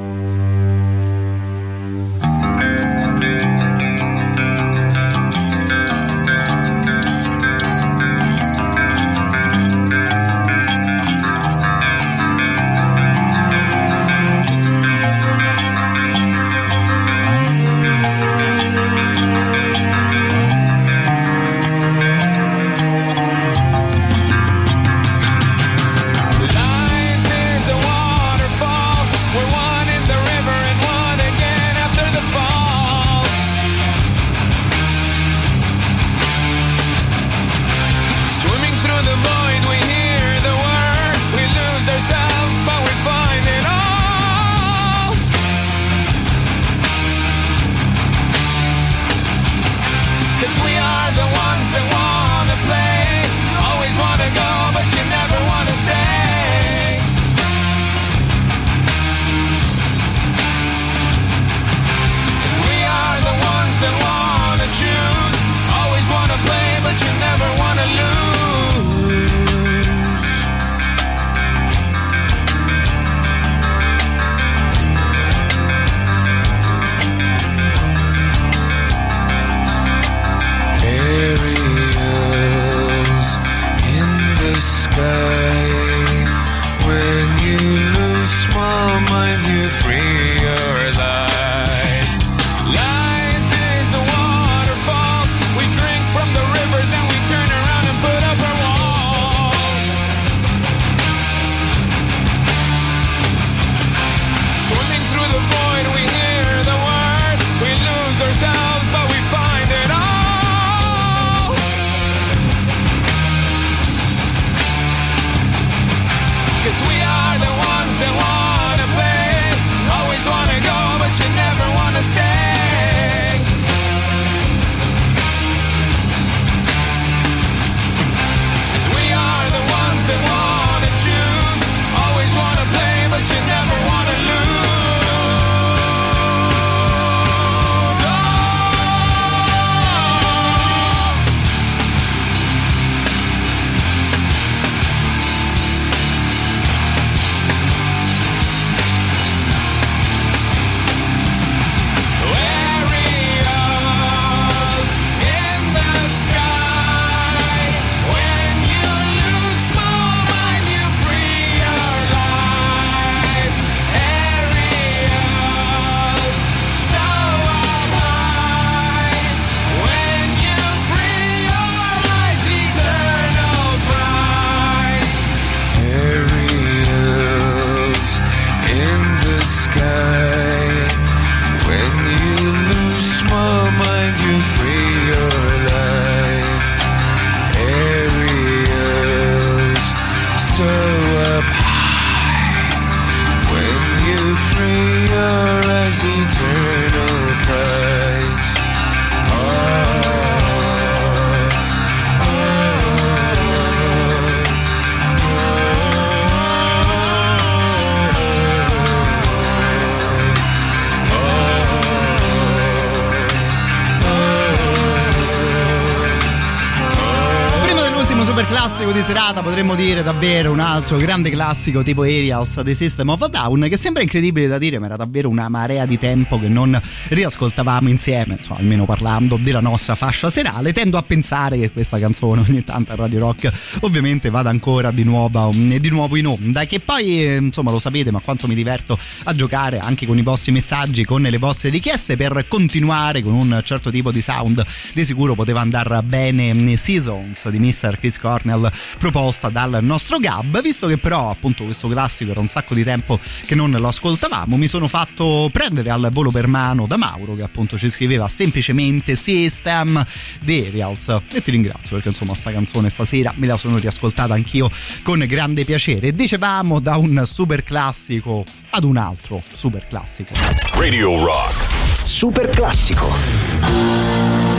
Life is a waterfall, we're one in the classico di serata, potremmo dire davvero un altro grande classico tipo Aerials dei System of a Down, che sembra incredibile da dire, ma era davvero una marea di tempo che non riascoltavamo insieme, insomma, almeno parlando della nostra fascia serale. Tendo a pensare che questa canzone ogni tanto a Radio Rock ovviamente vada ancora di nuovo, di nuovo in onda, che poi insomma lo sapete, ma quanto mi diverto a giocare anche con i vostri messaggi, con le vostre richieste per continuare con un certo tipo di sound. Di sicuro poteva andare bene Seasons di mister Chris Cornell, proposta dal nostro Gab. Visto che però appunto questo classico era un sacco di tempo che non lo ascoltavamo, mi sono fatto prendere al volo per mano da Mauro, che appunto ci scriveva semplicemente System di Aerials, e ti ringrazio perché insomma sta canzone stasera me la sono riascoltata anch'io con grande piacere. Dicevamo da un super classico ad un altro super classico. Radio Rock. Super classico.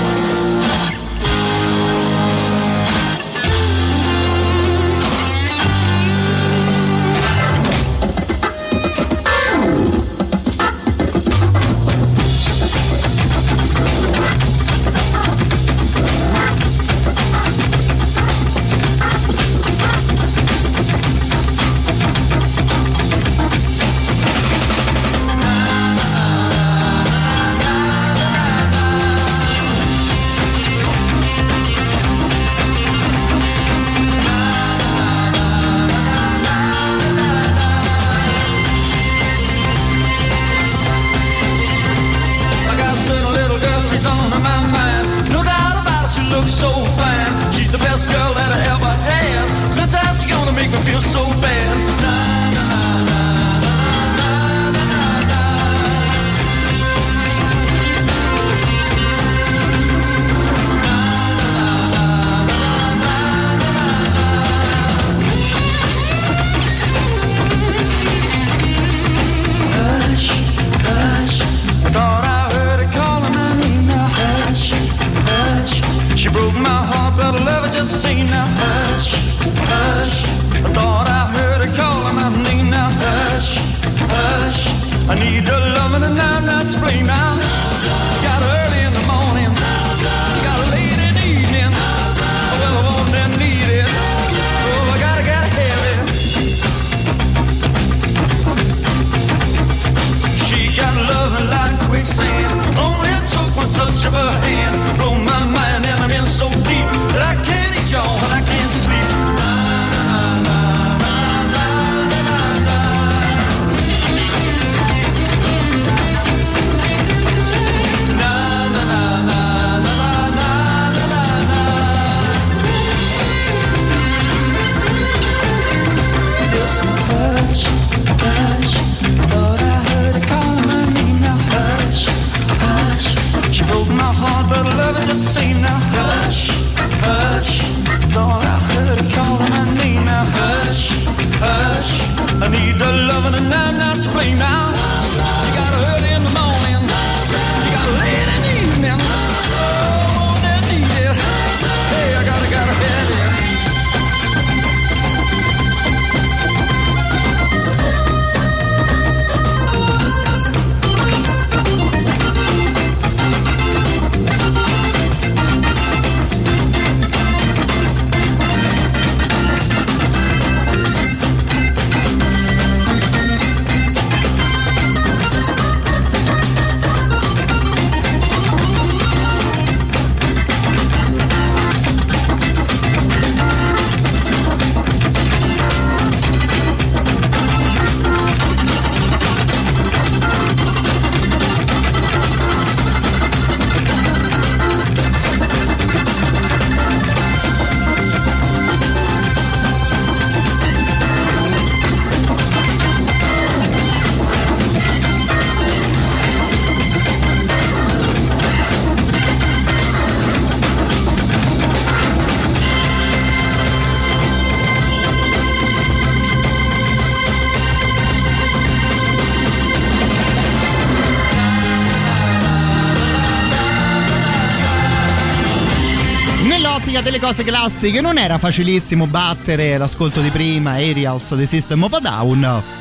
Delle cose classiche non era facilissimo battere l'ascolto di prima, Aerials dei System of a Down.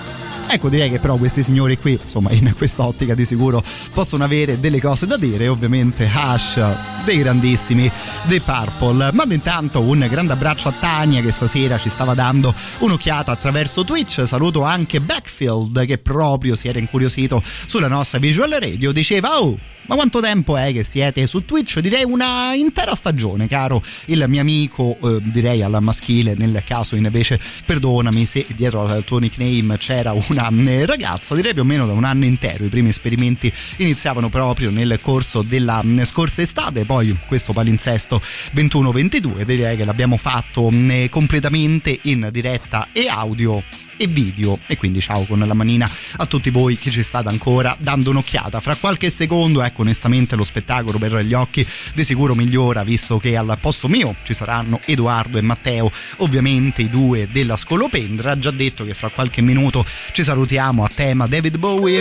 Ecco, direi che però questi signori qui, insomma, in quest'ottica di sicuro possono avere delle cose da dire. Ovviamente Hush, dei grandissimi The Purple. Ma intanto un grande abbraccio a Tania che stasera ci stava dando un'occhiata attraverso Twitch. Saluto anche Backfield che proprio si era incuriosito sulla nostra Visual Radio. Diceva: oh, ma quanto tempo è che siete su Twitch? Direi una intera stagione, caro il mio amico, eh, direi al maschile, nel caso invece perdonami se dietro al tuo nickname c'era una eh, ragazza. Direi più o meno da un anno intero. I primi esperimenti iniziavano proprio nel corso della eh, scorsa estate, poi questo palinsesto ventuno ventidue direi che l'abbiamo fatto eh, completamente in diretta e audio e video, e quindi ciao con la manina a tutti voi che ci state ancora dando un'occhiata. Fra qualche secondo, ecco, onestamente lo spettacolo per gli occhi di sicuro migliora, visto che al posto mio ci saranno Edoardo e Matteo, ovviamente i due della Scolopendra. Già detto che fra qualche minuto ci salutiamo a tema David Bowie.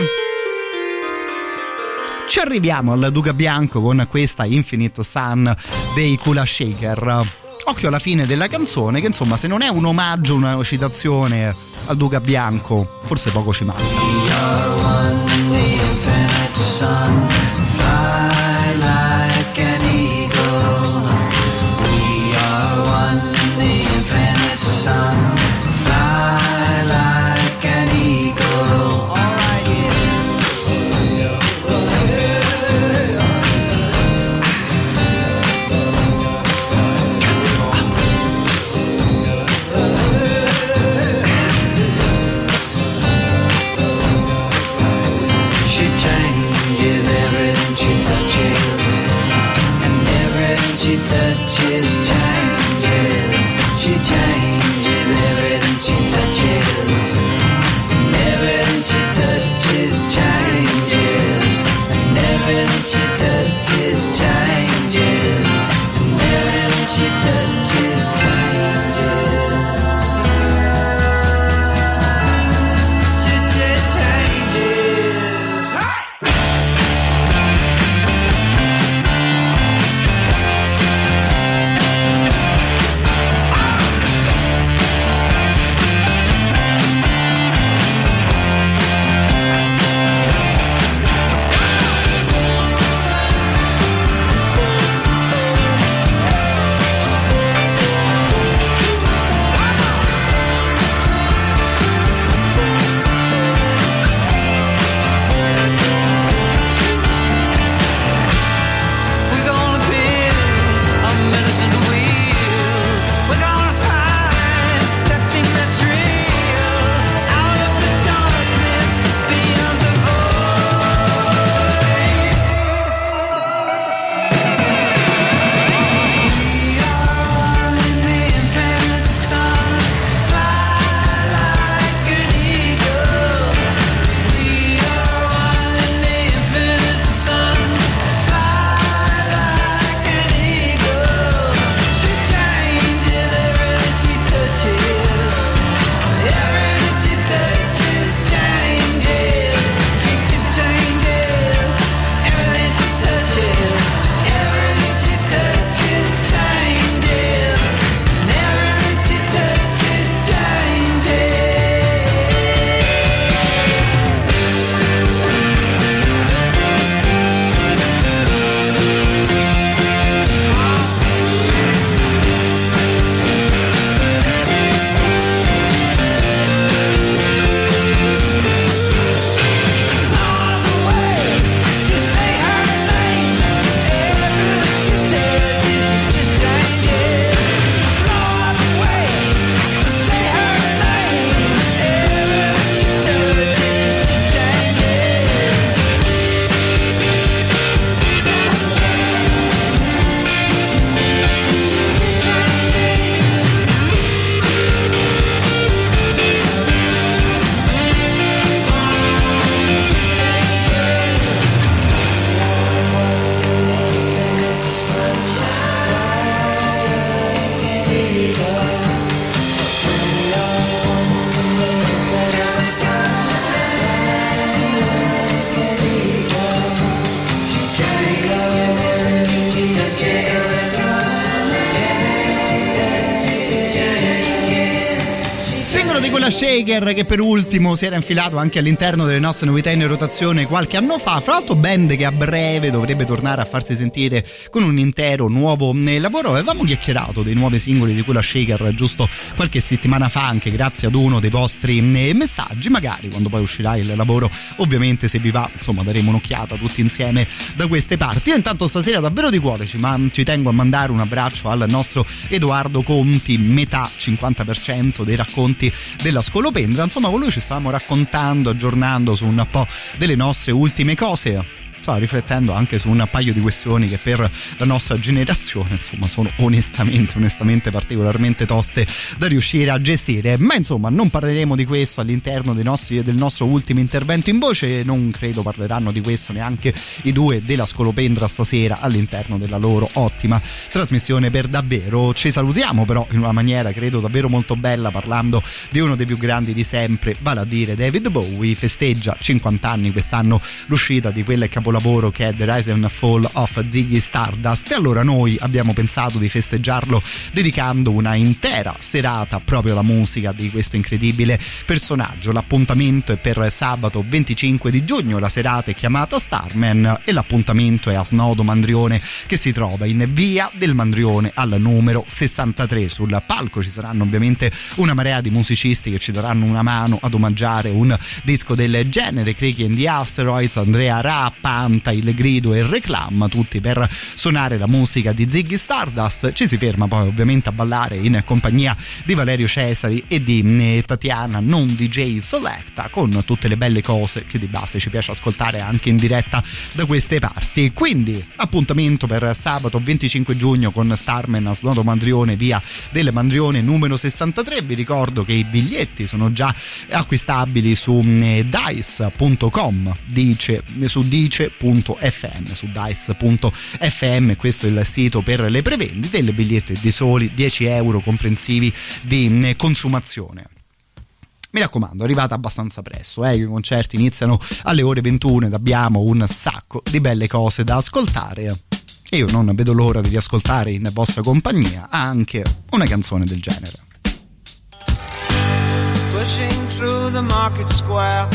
Ci arriviamo al Duca Bianco con questa Infinite Sun dei Kula Shaker. Occhio alla fine della canzone che, insomma, se non è un omaggio, una citazione al Duca Bianco, forse poco ci manca. We are one in the infinite sun. Fly like an eagle. We are one in the infinite sun. Fly like an eagle. All right, she changes everything she touches, and everything she touches changes. She changes everything she touches, and everything she touches changes, and everything she touches changes, and everything she touches changes. She just changes. Killa Shaker, che per ultimo si era infilato anche all'interno delle nostre novità in rotazione qualche anno fa, fra l'altro band che a breve dovrebbe tornare a farsi sentire con un intero nuovo lavoro. Avevamo chiacchierato dei nuovi singoli di Killa Shaker giusto qualche settimana fa, anche grazie ad uno dei vostri messaggi. Magari quando poi uscirà il lavoro, ovviamente se vi va, insomma, daremo un'occhiata tutti insieme da queste parti. Io intanto stasera davvero di cuore ci, ma, ci tengo a mandare un abbraccio al nostro Edoardo Conti, metà cinquanta per cento dei racconti della Scolopendra. Insomma, con lui ci stavamo raccontando, aggiornando su un po' delle nostre ultime cose, stava riflettendo anche su un paio di questioni che per la nostra generazione, insomma, sono onestamente onestamente particolarmente toste da riuscire a gestire. Ma insomma, non parleremo di questo all'interno dei nostri, del nostro ultimo intervento in voce. Non credo parleranno di questo neanche i due della Scolopendra stasera all'interno della loro ottima trasmissione. Per davvero ci salutiamo però in una maniera credo davvero molto bella, parlando di uno dei più grandi di sempre, vale a dire David Bowie. Festeggia cinquanta anni quest'anno l'uscita di quel capolavoro che è The Rise and Fall of Ziggy Stardust, e allora noi abbiamo pensato di festeggiarlo dedicando una intera serata proprio alla musica di questo incredibile personaggio. L'appuntamento è per sabato venticinque di giugno, la serata è chiamata Starman e l'appuntamento è a Snodo Mandrione, che si trova in via del Mandrione al numero sessantatré. Sul palco ci saranno ovviamente una marea di musicisti che ci daranno una mano ad omaggiare un disco del genere: Craigie and the Asteroids, Andrea Rappa, il Grido e il Reclam, tutti per suonare la musica di Ziggy Stardust. Ci si ferma poi ovviamente a ballare in compagnia di Valerio Cesari e di Tatiana, non D J Selecta, con tutte le belle cose che di base ci piace ascoltare anche in diretta da queste parti. Quindi appuntamento per sabato venticinque giugno con Starman a Snodo Mandrione, via del Mandrione numero sessantatré. Vi ricordo che i biglietti sono già acquistabili su dice punto com, dice su dice punto effe emme, su dice punto effe emme. Questo è il sito per le prevendite. Il biglietto è di soli dieci euro comprensivi di consumazione. Mi raccomando, arrivate abbastanza presto, eh? I concerti iniziano alle ore ventuno ed abbiamo un sacco di belle cose da ascoltare. E io non vedo l'ora di riascoltare in vostra compagnia anche una canzone del genere. Pushing through the market square,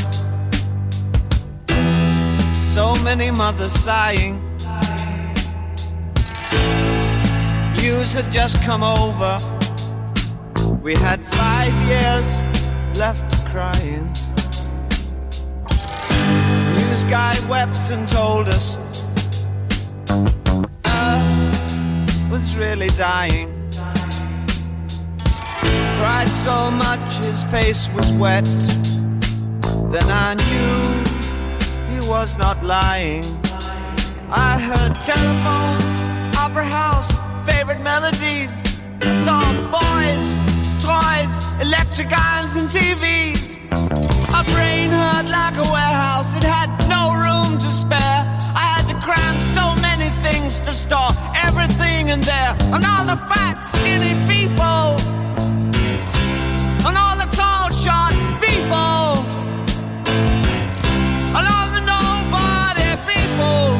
so many mothers sighing. News had just come over. We had five years left crying. News guy wept and told us Earth was really dying. Cried so much his face was wet. Then I knew he was not lying. I heard telephones, opera house, favorite melodies. I saw boys, toys, electric irons and T Vs. My brain hurt like a warehouse, it had no room to spare. I had to cram so many things to store everything in there. And all the fat, skinny people, and all the tall, short people, and all the nobody people,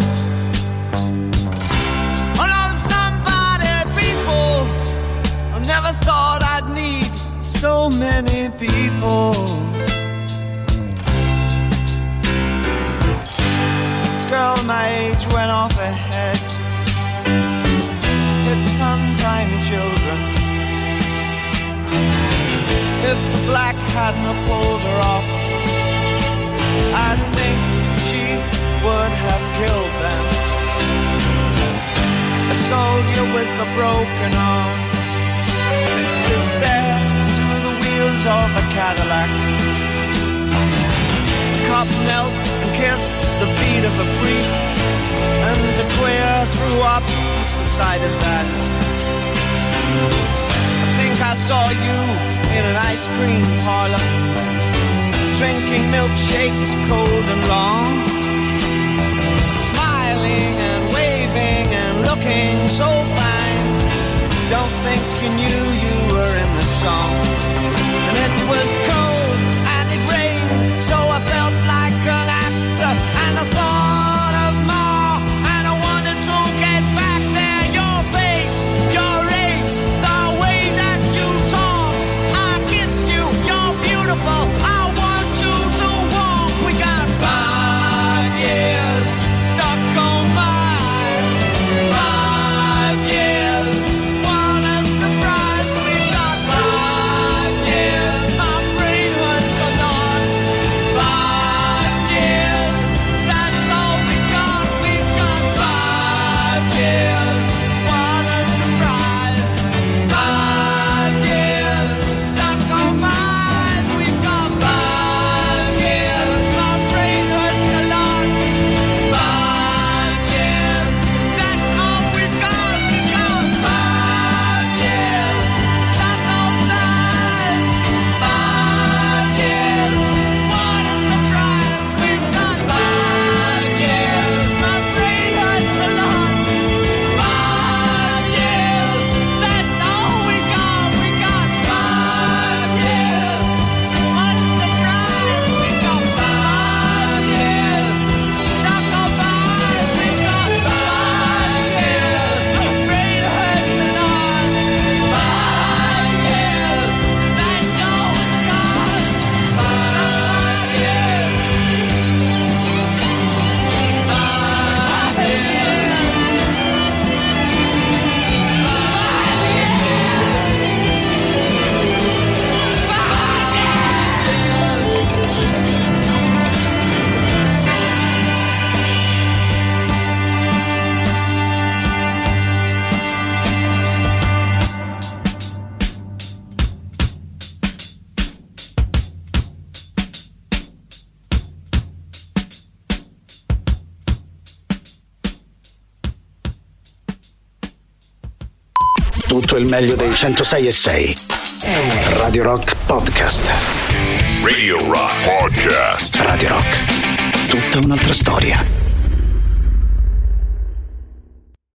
and all the somebody people. I never thought I'd need so many people. Girl my age went off ahead with some tiny children. If the black hadn't have pulled her off, I think she would have killed them. A soldier with a broken arm fixed his stare to the wheels of a Cadillac. The cop knelt and kissed the feet of a priest, and a queer threw up the sight of that. I think I saw you in an ice cream parlor, drinking milkshakes cold and long, smiling and waving and looking so fine. Don't think you knew you were in the song. And it was cold and it rained, so I felt like an actor, and I thought of more, and I wanted to get back there. Your face, your race, the way that you talk, I kiss you, you're beautiful. Tutto il meglio dei centosei e sei. Radio Rock Podcast. Radio Rock Podcast. Radio Rock. Tutta un'altra storia.